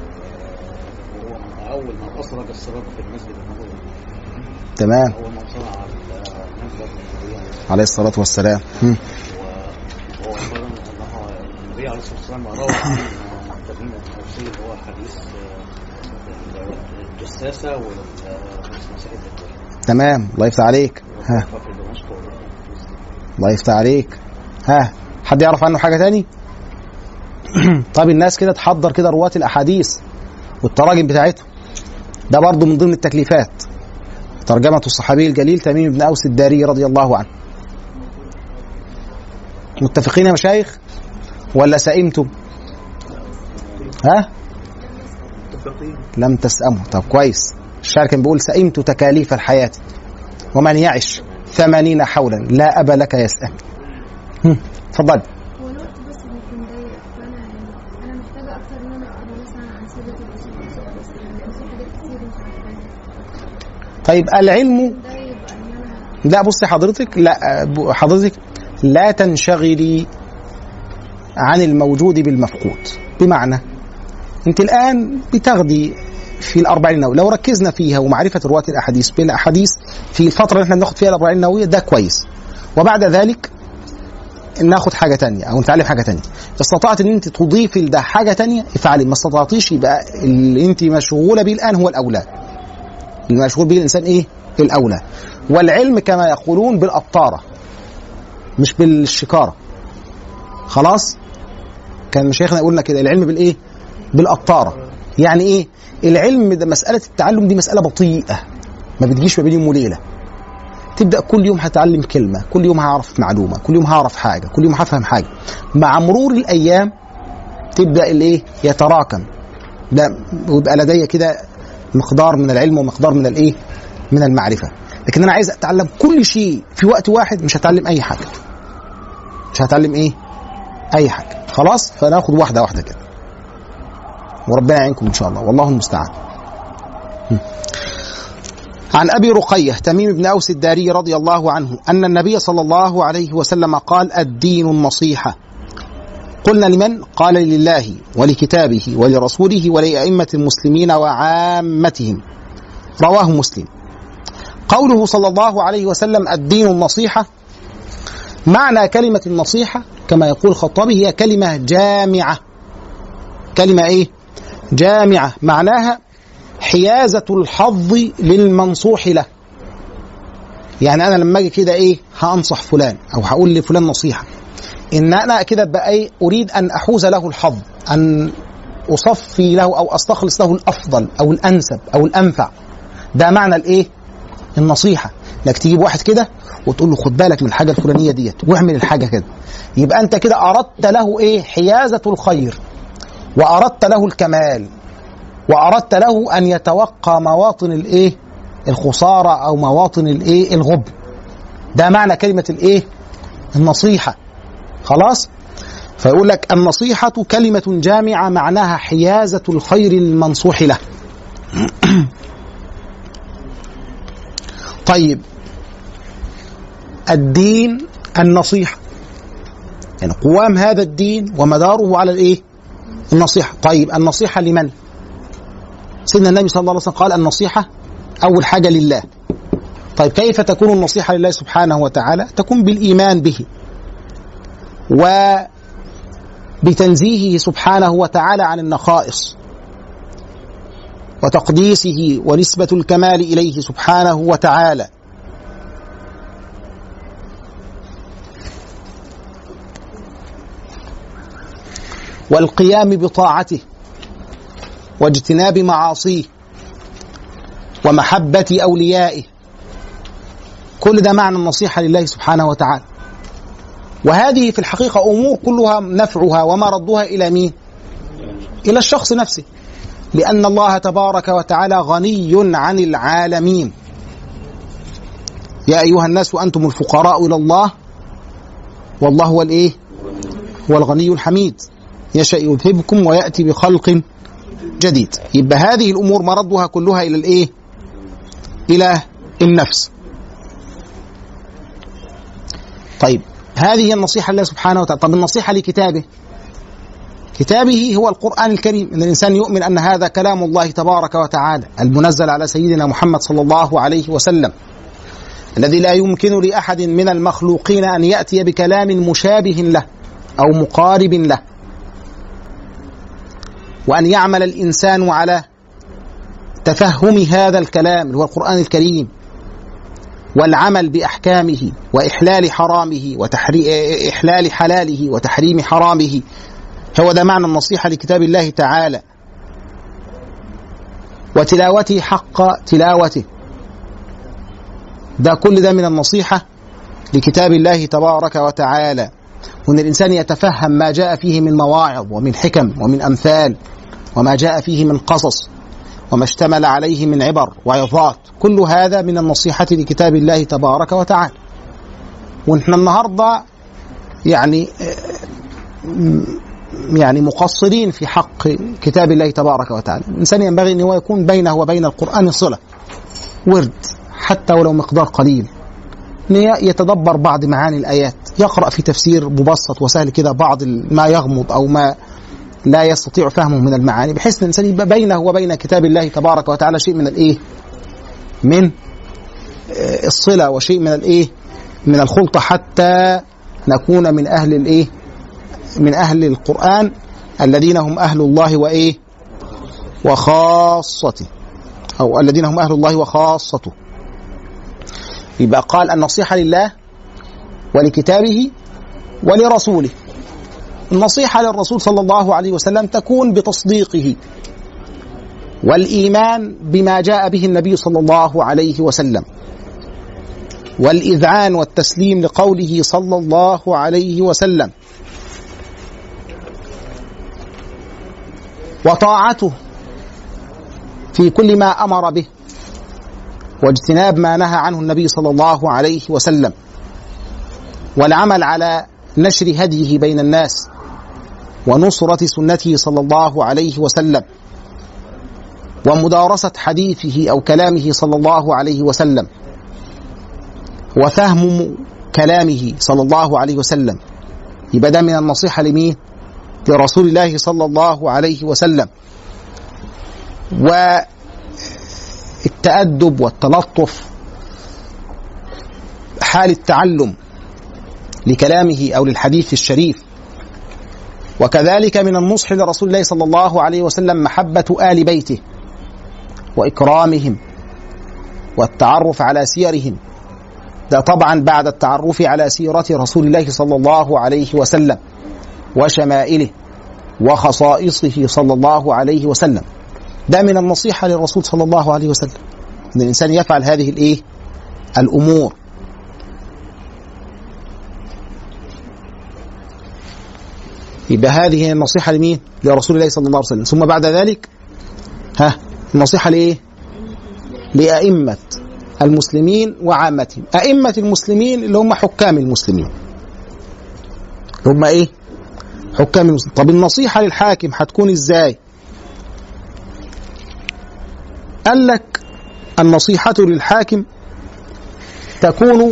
وهو أول من أسرج الصلاة في المسجد النبوي. تمام. أول من صنع المنبر عليه الصلاة والسلام. وهو أخبرنا أنه النبي عليه الصلاة والسلام روى عن تميم بن أوس اللي هو حديث الجساسة والمسيح الدجال. تمام. الله يفتح عليك. ها. الله يفتح عليك. ها، حد يعرف عنه حاجة تاني؟ طيب الناس كده تحضر كده رواة الأحاديث والتراجم بتاعتهم. ده برضو من ضمن التكليفات، ترجمة الصحابي الجليل تميم بن أوس الداري رضي الله عنه. متفقين يا مشايخ ولا سئمتم؟ ها؟ لم تسأموا. طب كويس. الشاعر كان بيقول: سئمت تكاليف الحياة ومن يعش 80 حولا لا أبا لك يسأل. تفضل. هو الوقت بس بيكون ضيق، فأنا محتاجة أكتر إن أنا أقرأ مثلا عن سيرة الرسول صلى الله عليه وسلم، لأن في حاجات كتير مش عارفاها. طيب العلم، لا بصي حضرتك، لا حضرتك لا تنشغلي عن الموجود بالمفقود. بمعنى انت الآن بتغدي في الأربعين النووية، لو ركزنا فيها ومعرفة رواة الأحاديث بالأحاديث في الفترة اللي احنا بناخد فيها الأربعين النووية ده كويس، وبعد ذلك ناخد حاجة تانية أو نتعلم حاجة تانية. استطعت ان انت تضيفي لده حاجة تانية افعلي، ما استطعتيش يبقى اللي انت مشغولة به الآن هو الأولى. اللي مشغول به الإنسان ايه؟ الأولى. والعلم كما يقولون بالقطارة مش بالشكارة. خلاص؟ كان شيخنا يقولنا كده العلم بالايه؟ بالقطارة. يعني ايه؟ العلم ده مسألة التعلم دي مسألة بطيئة ما بتجيش ما بين يوم وليلة. تبدأ كل يوم هتعلم كلمة، كل يوم هعرف معلومة، كل يوم هعرف حاجة، كل يوم هفهم حاجة. مع مرور الأيام تبدأ الايه؟ يتراكم. ده ويبقى لدي كده مقدار من العلم ومقدار من الايه؟ من المعرفة. لكن أنا عايز أتعلم كل شيء في وقت واحد، مش هتعلم أي حاجة. مش هتعلم ايه؟ أي حاجة. خلاص؟ فناخد واحدة واحدة كده. وربنا يعينكم إن شاء الله، والله المستعان. عن أبي رقية تميم بن أوس الداري رضي الله عنه أن النبي صلى الله عليه وسلم قال: الدين النصيحة. قلنا: لمن؟ قال: لله ولكتابه ولرسوله ولأئمة المسلمين وعامتهم. رواه مسلم. قوله صلى الله عليه وسلم الدين النصيحة، معنى كلمة النصيحة كما يقول الخطابي هي كلمة جامعة. كلمة ايه؟ جامعة. معناها حيازة الحظ للمنصوح له. يعني انا لما اجي كده ايه هانصح فلان او هقول لفلان نصيحة، ان انا كده بقى ايه اريد ان احوز له الحظ، ان اصفي له او استخلص له الافضل او الانسب او الانفع. ده معنى الايه؟ النصيحة. انك تجيب واحد كده وتقول له خد بالك من الحاجة الفلانية ديت واعمل الحاجة كده، يبقى انت كده اردت له ايه؟ حيازة الخير، واردت له الكمال، واردت له ان يتوقى مواطن الايه؟ الخسارة او مواطن الايه؟ الغبن. ده معنى كلمة الايه؟ النصيحة. خلاص؟ فيقول لك النصيحة كلمة جامعة معناها حيازة الخير المنصوح له. طيب الدين النصيحة، يعني قوام هذا الدين ومداره على الايه؟ النصيحة. طيب النصيحة لمن؟ سيدنا النبي صلى الله عليه وسلم قال النصيحة أول حاجة لله. طيب كيف تكون النصيحة لله سبحانه وتعالى؟ تكون بالإيمان به وبتنزيهه سبحانه وتعالى عن النقائص وتقديسه ونسبة الكمال إليه سبحانه وتعالى، والقيام بطاعته واجتناب معاصيه ومحبة أوليائه. كل ده معنى النصيحة لله سبحانه وتعالى. وهذه في الحقيقة أمور كلها نفعها ومردها إلى مين؟ إلى الشخص نفسه، لأن الله تبارك وتعالى غني عن العالمين. يا أيها الناس وأنتم الفقراء إلى الله والله هو الإيه؟ هو الغني الحميد، يشاء يذهبكم ويأتي بخلق جديد. يبقى هذه الأمور مردها كلها إلى الإيه؟ إلى النفس. طيب هذه النصيحة لله سبحانه وتعالى. طب النصيحة لكتابه، كتابه هو القرآن الكريم، أن الإنسان يؤمن أن هذا كلام الله تبارك وتعالى المنزل على سيدنا محمد صلى الله عليه وسلم، الذي لا يمكن لأحد من المخلوقين أن يأتي بكلام مشابه له أو مقارب له، وأن يعمل الإنسان على تفهم هذا الكلام اللي هو القرآن الكريم والعمل بأحكامه وإحلال حرامه وإحلال حلاله وتحريم حرامه. هو ده معنى النصيحة لكتاب الله تعالى، وتلاوته حق تلاوته. ده كل ده من النصيحة لكتاب الله تبارك وتعالى، وأن الإنسان يتفهم ما جاء فيه من مواعظ ومن حكم ومن أمثال، وما جاء فيه من قصص، وما اشتمل عليه من عبر وعظات. كل هذا من النصيحة لكتاب الله تبارك وتعالى. ونحن النهاردة يعني مقصرين في حق كتاب الله تبارك وتعالى. الإنسان ينبغي أن هو يكون بينه وبين القرآن صلة، ورد حتى ولو مقدار قليل، يتدبر بعض معاني الآيات، يقرأ في تفسير مبسط وسهل كده بعض ما يغمض أو ما لا يستطيع فهمه من المعاني، بحيث أن الإنسان يبقى بينه وبين كتاب الله تبارك وتعالى شيء من الإيه؟ من الصلة، وشيء من الإيه؟ من الخلطة، حتى نكون من أهل الإيه؟ من أهل القرآن الذين هم أهل الله وإيه؟ وخاصته، أو الذين هم أهل الله وخاصته. يبقى قال النصيحة لله ولكتابه ولرسوله. النصيحة للرسول صلى الله عليه وسلم تكون بتصديقه والإيمان بما جاء به النبي صلى الله عليه وسلم، والإذعان والتسليم لقوله صلى الله عليه وسلم، وطاعته في كل ما أمر به، واجتناب ما نهى عنه النبي صلى الله عليه وسلم، والعمل على نشر هديه بين الناس ونصرة سنته صلى الله عليه وسلم، ومدارسة حديثه أو كلامه صلى الله عليه وسلم، وفهم كلامه صلى الله عليه وسلم. يبقى ده من النصيحة لمين؟ لرسول الله صلى الله عليه وسلم. والتأدب والتلطف حال التعلم لكلامه أو للحديث الشريف. وكذلك من النصح لرسول الله صلى الله عليه وسلم محبة آل بيته وإكرامهم والتعرف على سيرهم، ده طبعا بعد التعرف على سيرة رسول الله صلى الله عليه وسلم وشمائله وخصائصه صلى الله عليه وسلم. ده من النصيحة للرسول صلى الله عليه وسلم، أن الإنسان يفعل هذه الإيه؟ الأمور. يبقى هذه النصيحة لمين؟ لرسول الله صلى الله عليه وسلم. ثم بعد ذلك النصيحة لإيه؟ لأئمة المسلمين وعامتهم. أئمة المسلمين اللي هم حكام المسلمين، هم إيه؟ حكام المسلمين. طب النصيحة للحاكم هتكون إزاي؟ قال لك النصيحة للحاكم تكون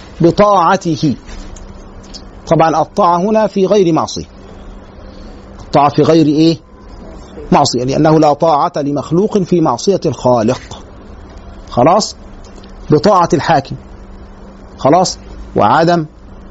بطاعته. طبعا الطاعة هنا في غير معصية، الطاعة في غير إيه؟ معصية، لأنه لا طاعة لمخلوق في معصية الخالق. خلاص؟ بطاعة الحاكم، خلاص، وعدم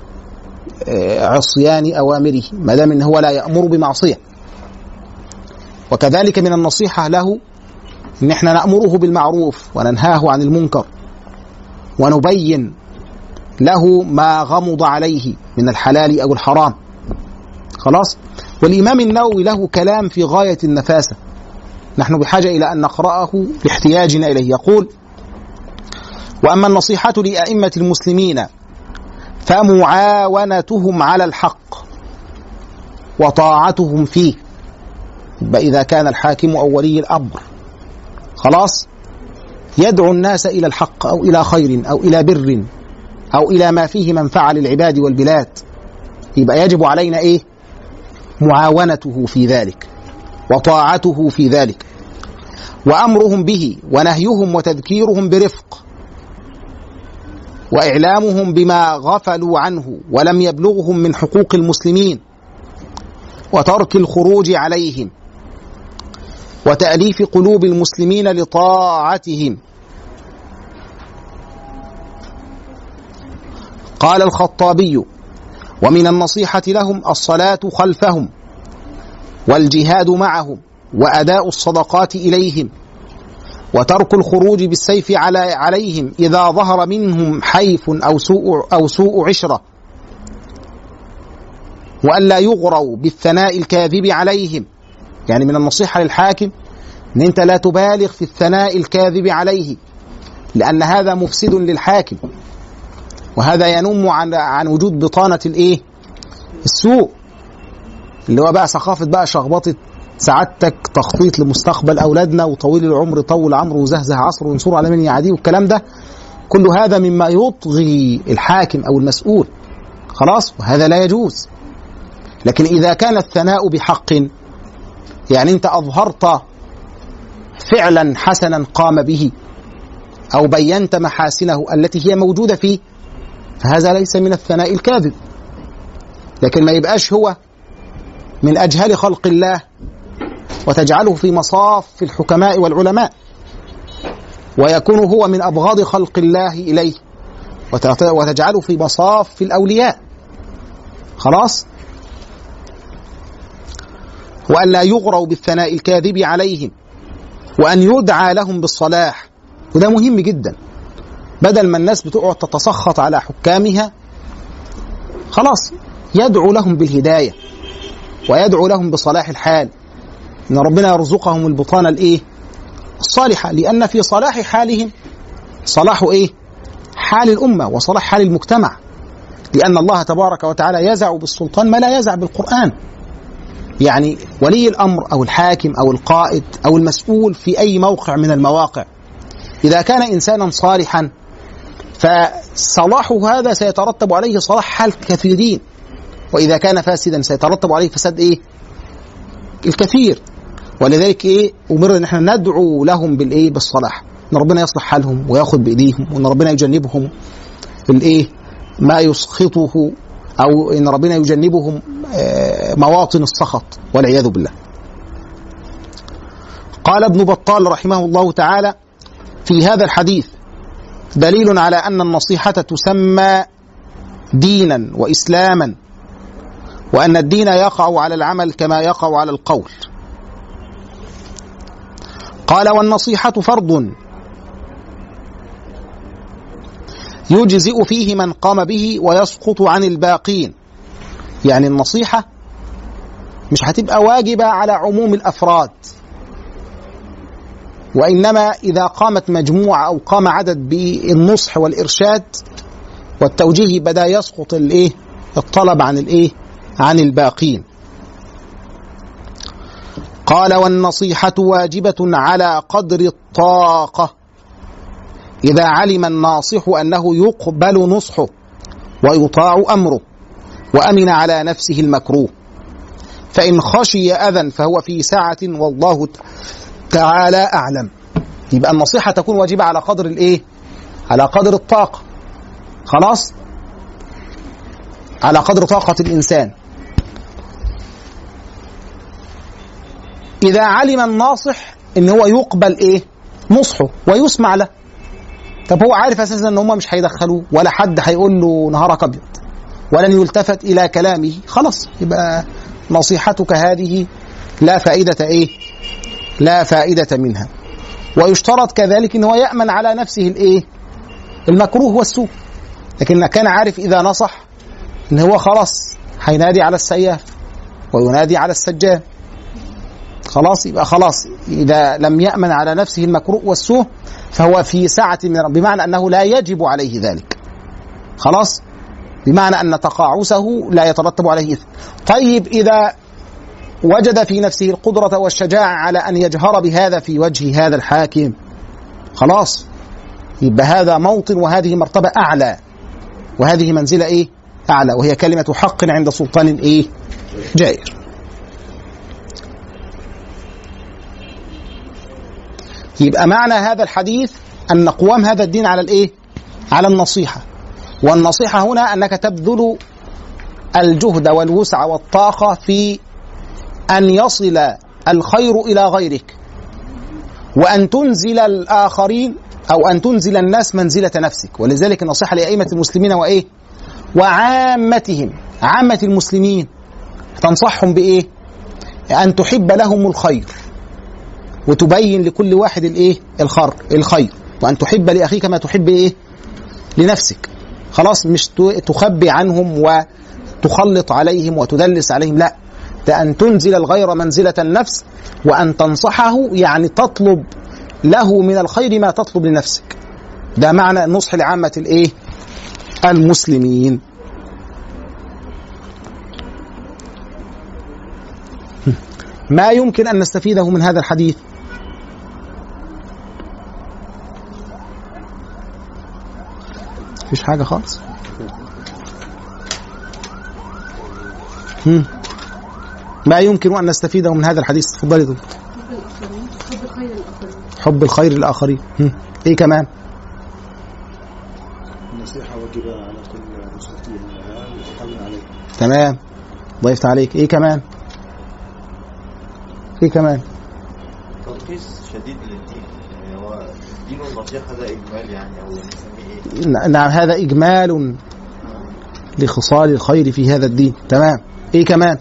عصيان أوامره ما دام إنه هو لا يأمر بمعصية. وكذلك من النصيحة له إن إحنا نأمره بالمعروف وننهاه عن المنكر، ونبين له ما غمض عليه من الحلال أو الحرام. خلاص؟ والإمام النووي له كلام في غاية النفاسة، نحن بحاجة إلى أن نقرأه لاحتياجنا إليه. يقول: وأما النصيحة لأئمة المسلمين فمعاونتهم على الحق وطاعتهم فيه، إذا كان الحاكم أو ولي الأمر خلاص يدعو الناس إلى الحق أو إلى خير أو إلى بر أو إلى ما فيه منفعة للعباد والبلاد، يبقى يجب علينا إيه؟ معاونته في ذلك وطاعته في ذلك، وأمرهم به ونهيهم وتذكيرهم برفق، وإعلامهم بما غفلوا عنه ولم يبلغهم من حقوق المسلمين، وترك الخروج عليهم، وتأليف قلوب المسلمين لطاعتهم. قال الخطابي: ومن النصيحة لهم الصلاة خلفهم والجهاد معهم وأداء الصدقات إليهم، وترك الخروج بالسيف عليهم إذا ظهر منهم حيف أو سوء عشرة، وألا يغروا بالثناء الكاذب عليهم. يعني من النصيحة للحاكم أن أنت لا تبالغ في الثناء الكاذب عليه، لأن هذا مفسد للحاكم، وهذا ينم عن وجود بطانة الإيه؟ السوء، اللي هو بقى ثقافة بقى شخبطة سعادتك، تخطيط لمستقبل أولادنا، وطويل العمر طول عمره وزهزه عصره وانصر على من يعاديه، والكلام ده كل هذا مما يطغي الحاكم أو المسؤول. خلاص؟ وهذا لا يجوز. لكن إذا كان الثناء بحق، يعني أنت أظهرت فعلا حسنا قام به أو بينت محاسنه التي هي موجودة فيه، فهذا ليس من الثناء الكاذب. لكن ما يبقاش هو من أجهل خلق الله وتجعله في مصاف الحكماء والعلماء، ويكون هو من أبغاض خلق الله إليه وتجعله في مصاف الأولياء. خلاص؟ وأن لا يغروا بالثناء الكاذب عليهم، وأن يدعى لهم بالصلاح، وده مهم جدا. بدل ما الناس بتقعد تتسخط على حكامها، خلاص يدعو لهم بالهداية ويدعو لهم بصلاح الحال، إن ربنا يرزقهم البطانة الإيه؟ الصالحة، لأن في صلاح حالهم صلاح إيه؟ حال الأمة وصلاح حال المجتمع، لأن الله تبارك وتعالى يزع بالسلطان ما لا يزع بالقرآن. يعني ولي الأمر أو الحاكم أو القائد أو المسؤول في أي موقع من المواقع، إذا كان إنسانا صالحا فصلاحه هذا سيترتب عليه صلاح حال كثيرين، وإذا كان فاسدا سيترتب عليه فساد إيه؟ الكثير. ولذلك إيه؟ أمرنا أن احنا ندعو لهم بالإيه؟ بالصلاح، أن ربنا يصلح حالهم ويأخذ بإيديهم، وأن ربنا يجنبهم الإيه؟ ما يسخطه، أو أن ربنا يجنبهم مواطن السخط والعياذ بالله. قال ابن بطال رحمه الله تعالى: في هذا الحديث دليل على أن النصيحة تسمى دينا وإسلاما، وأن الدين يقع على العمل كما يقع على القول. قال: والنصيحة فرض يجزئ فيه من قام به ويسقط عن الباقين. يعني النصيحة مش هتبقى واجبة على عموم الأفراد، وإنما إذا قامت مجموعة أو قام عدد بالنصح والإرشاد والتوجيه بدأ يسقط الإيه؟ الطلب عن الإيه؟ عن الباقين. قال: والنصيحة واجبة على قدر الطاقة، إذا علم الناصح أنه يقبل نصحه ويطاع أمره وأمن على نفسه المكروه، فإن خشي أذى فهو في سعة والله تعالى أعلم. يبقى النصيحة تكون واجبة على قدر الإيه؟ على قدر الطاقة. خلاص؟ على قدر طاقة الإنسان. إذا علم الناصح إن هو يقبل إيه نصحه ويسمع له. طب هو عارف أساسا إن هم مش هيدخلوه ولا حد هيقول له نهارك أبيض ولن يلتفت إلى كلامه، خلاص يبقى نصيحتك هذه لا فائدة إيه؟ لا فائدة منها. ويشترط كذلك إن هو يأمن على نفسه الإيه؟ المكروه والسوء. لكن كان عارف إذا نصح إن هو خلاص هينادي على السياف وينادي على السجان، خلاص يبقى خلاص إذا لم يأمن على نفسه المكروه والسوء فهو في سعة من، بمعنى أنه لا يجب عليه ذلك، خلاص، بمعنى أن تقاعسه لا يترتب عليه إثم. طيب إذا وجد في نفسه القدرة والشجاعة على أن يجهر بهذا في وجه هذا الحاكم، خلاص يبقى هذا موطن وهذه مرتبة أعلى وهذه منزلة إيه؟ أعلى، وهي كلمة حق عند سلطان إيه؟ جائر. يبقى معنى هذا الحديث أن قوام هذا الدين على الإيه؟ على النصيحة. والنصيحة هنا أنك تبذل الجهد والوسع والطاقة في أن يصل الخير إلى غيرك، وأن تنزل الآخرين أو أن تنزل الناس منزلة نفسك. ولذلك النصيحة لأئمة المسلمين وإيه؟ وعامتهم، عامة المسلمين تنصحهم بإيه؟ أن تحب لهم الخير وتبين لكل واحد الإيه؟ الخير، وأن تحب لأخيك ما تحب إيه؟ لنفسك، خلاص، مش تخبي عنهم وتخلط عليهم وتدلس عليهم، لا، ده أن تنزل الغير منزلة النفس وأن تنصحه، يعني تطلب له من الخير ما تطلب لنفسك. ده معنى النصح لعامة الإيه؟ المسلمين. ما يمكن أن نستفيده من هذا الحديث؟ مفيش حاجة خالص. ما يمكن أن نستفيده من هذا الحديث؟ تفضلي دكتور. حب الخير للآخرين. إيه كمان؟ النصيحة واجبة على كل مسلم يحاول عليه. تمام، ضيفت عليك. إيه كمان؟ إيه كمان؟ تلخيص شديد للدين، يعني هو دين النصيحة ده إجمال يعني، أو نسميه إيه؟ نعم، هذا إجمال لخصال الخير في هذا الدين. تمام. إيه كمان؟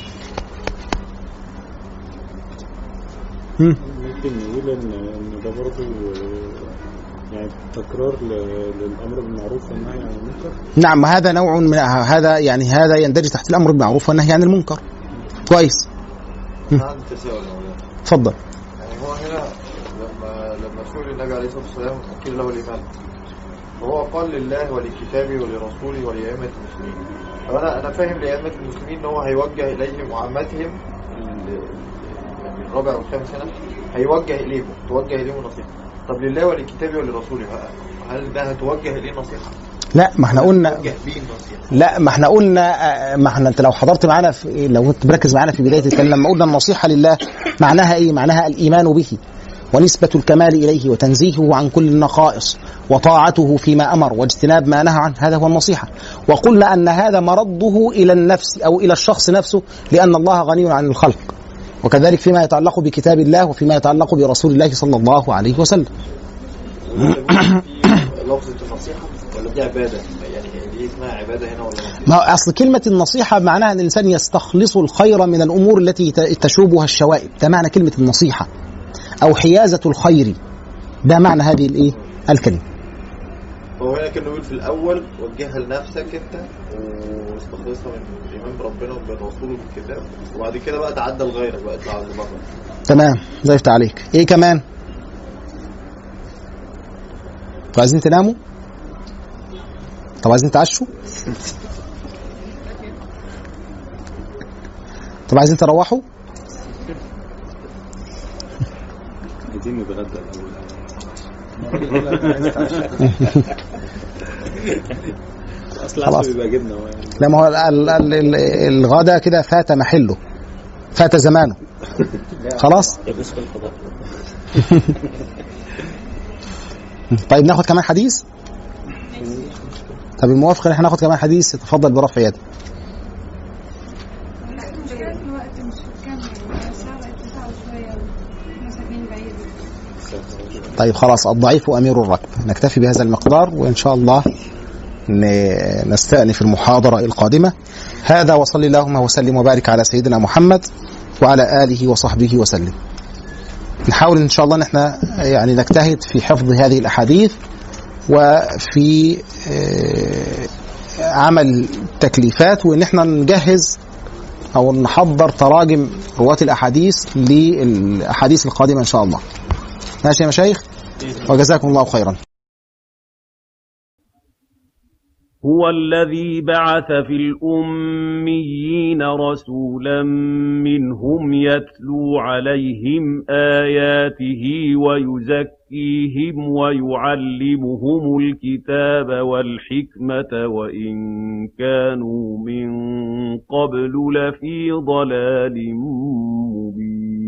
ممكن نقول ان ده برضه يعني تكرار للامر بالمعروف والنهي عن المنكر. نعم، هذا نوع من هذا، يعني هذا يندرج تحت الامر بالمعروف والنهي عن المنكر. كويس. اتفضل. يعني هو هنا لما سئل النبي عليه الصلاه والسلام قيل له الايمان، وهو قال لله ولكتابه ولرسوله ولأئمة المسلمين. فانا فاهم لأئمة المسلمين ان هو هيوجه اليهم وعامتهم، يعني الرابع والخامس هنا هيوجه اليهم، توجه اليهم النصيحه. طب لله ولكتابه ولرسوله هل ده هتوجه اليه نصيحه؟ لا، ما احنا قلنا، لا ما احنا قلنا، ما احنا انت لو حضرت معانا لو كنت مركز معانا في بدايه الكلام لما قلنا النصيحه لله معناها ايه؟ معناها الايمان به ونسبه الكمال اليه وتنزيهه عن كل النقائص وطاعته فيما امر واجتناب ما نهى عنه، هذا هو النصيحه. وقلنا ان هذا مرده الى النفس او الى الشخص نفسه، لان الله غني عن الخلق، وكذلك فيما يتعلق بكتاب الله وفيما يتعلق برسول الله صلى الله عليه وسلم. لفظة النصيحة ولا دي عبادة؟ يعني دي اسمها عبادة هنا ولا؟ ما أصل كلمة النصيحة معناها أن الإنسان يستخلص الخير من الأمور التي تشوبها الشوائب، ده معنى كلمة النصيحة، أو حيازة الخير، ده معنى هذه الإيه؟ الكلمة. هو هنا كان نقول في الأول وجهها لنفسك أنت واستخلصها من الإيمان بربنا وبرسوله بالكتاب، وبعد كده بقى تعدى لغيرك بقى اطلع لبره. تمام، ضيفت عليك. إيه كمان؟ طب عايزين تناموا؟ طب عايزين تعشوا؟ طب عايزين تروحوا؟ عايزين نتغدى خلاص. لا، ما هو الغدا كده فات محله، فات زمانه، خلاص. طيب ناخد كمان حديث. طب الموافق ان احنا ناخد كمان حديث، يتفضل برفع يده. طيب خلاص، الضعيف أمير الركب. نكتفي بهذا المقدار، وإن شاء الله نستأنف المحاضرة القادمة. هذا، وصلي اللهم وسلم وبارك على سيدنا محمد وعلى آله وصحبه وسلم. نحاول إن شاء الله أن احنا يعني نجتهد في حفظ هذه الأحاديث وفي عمل تكليفات، وإن احنا نجهز أو نحضر تراجم رواة الأحاديث للأحاديث القادمة إن شاء الله. ماشي يا مشايخ، وجزاكم الله خيرا. هو الذي بعث في الأميين رسولا منهم يتلو عليهم آياته ويزكيهم ويعلمهم الكتاب والحكمة وإن كانوا من قبل لفي ضلال مبين.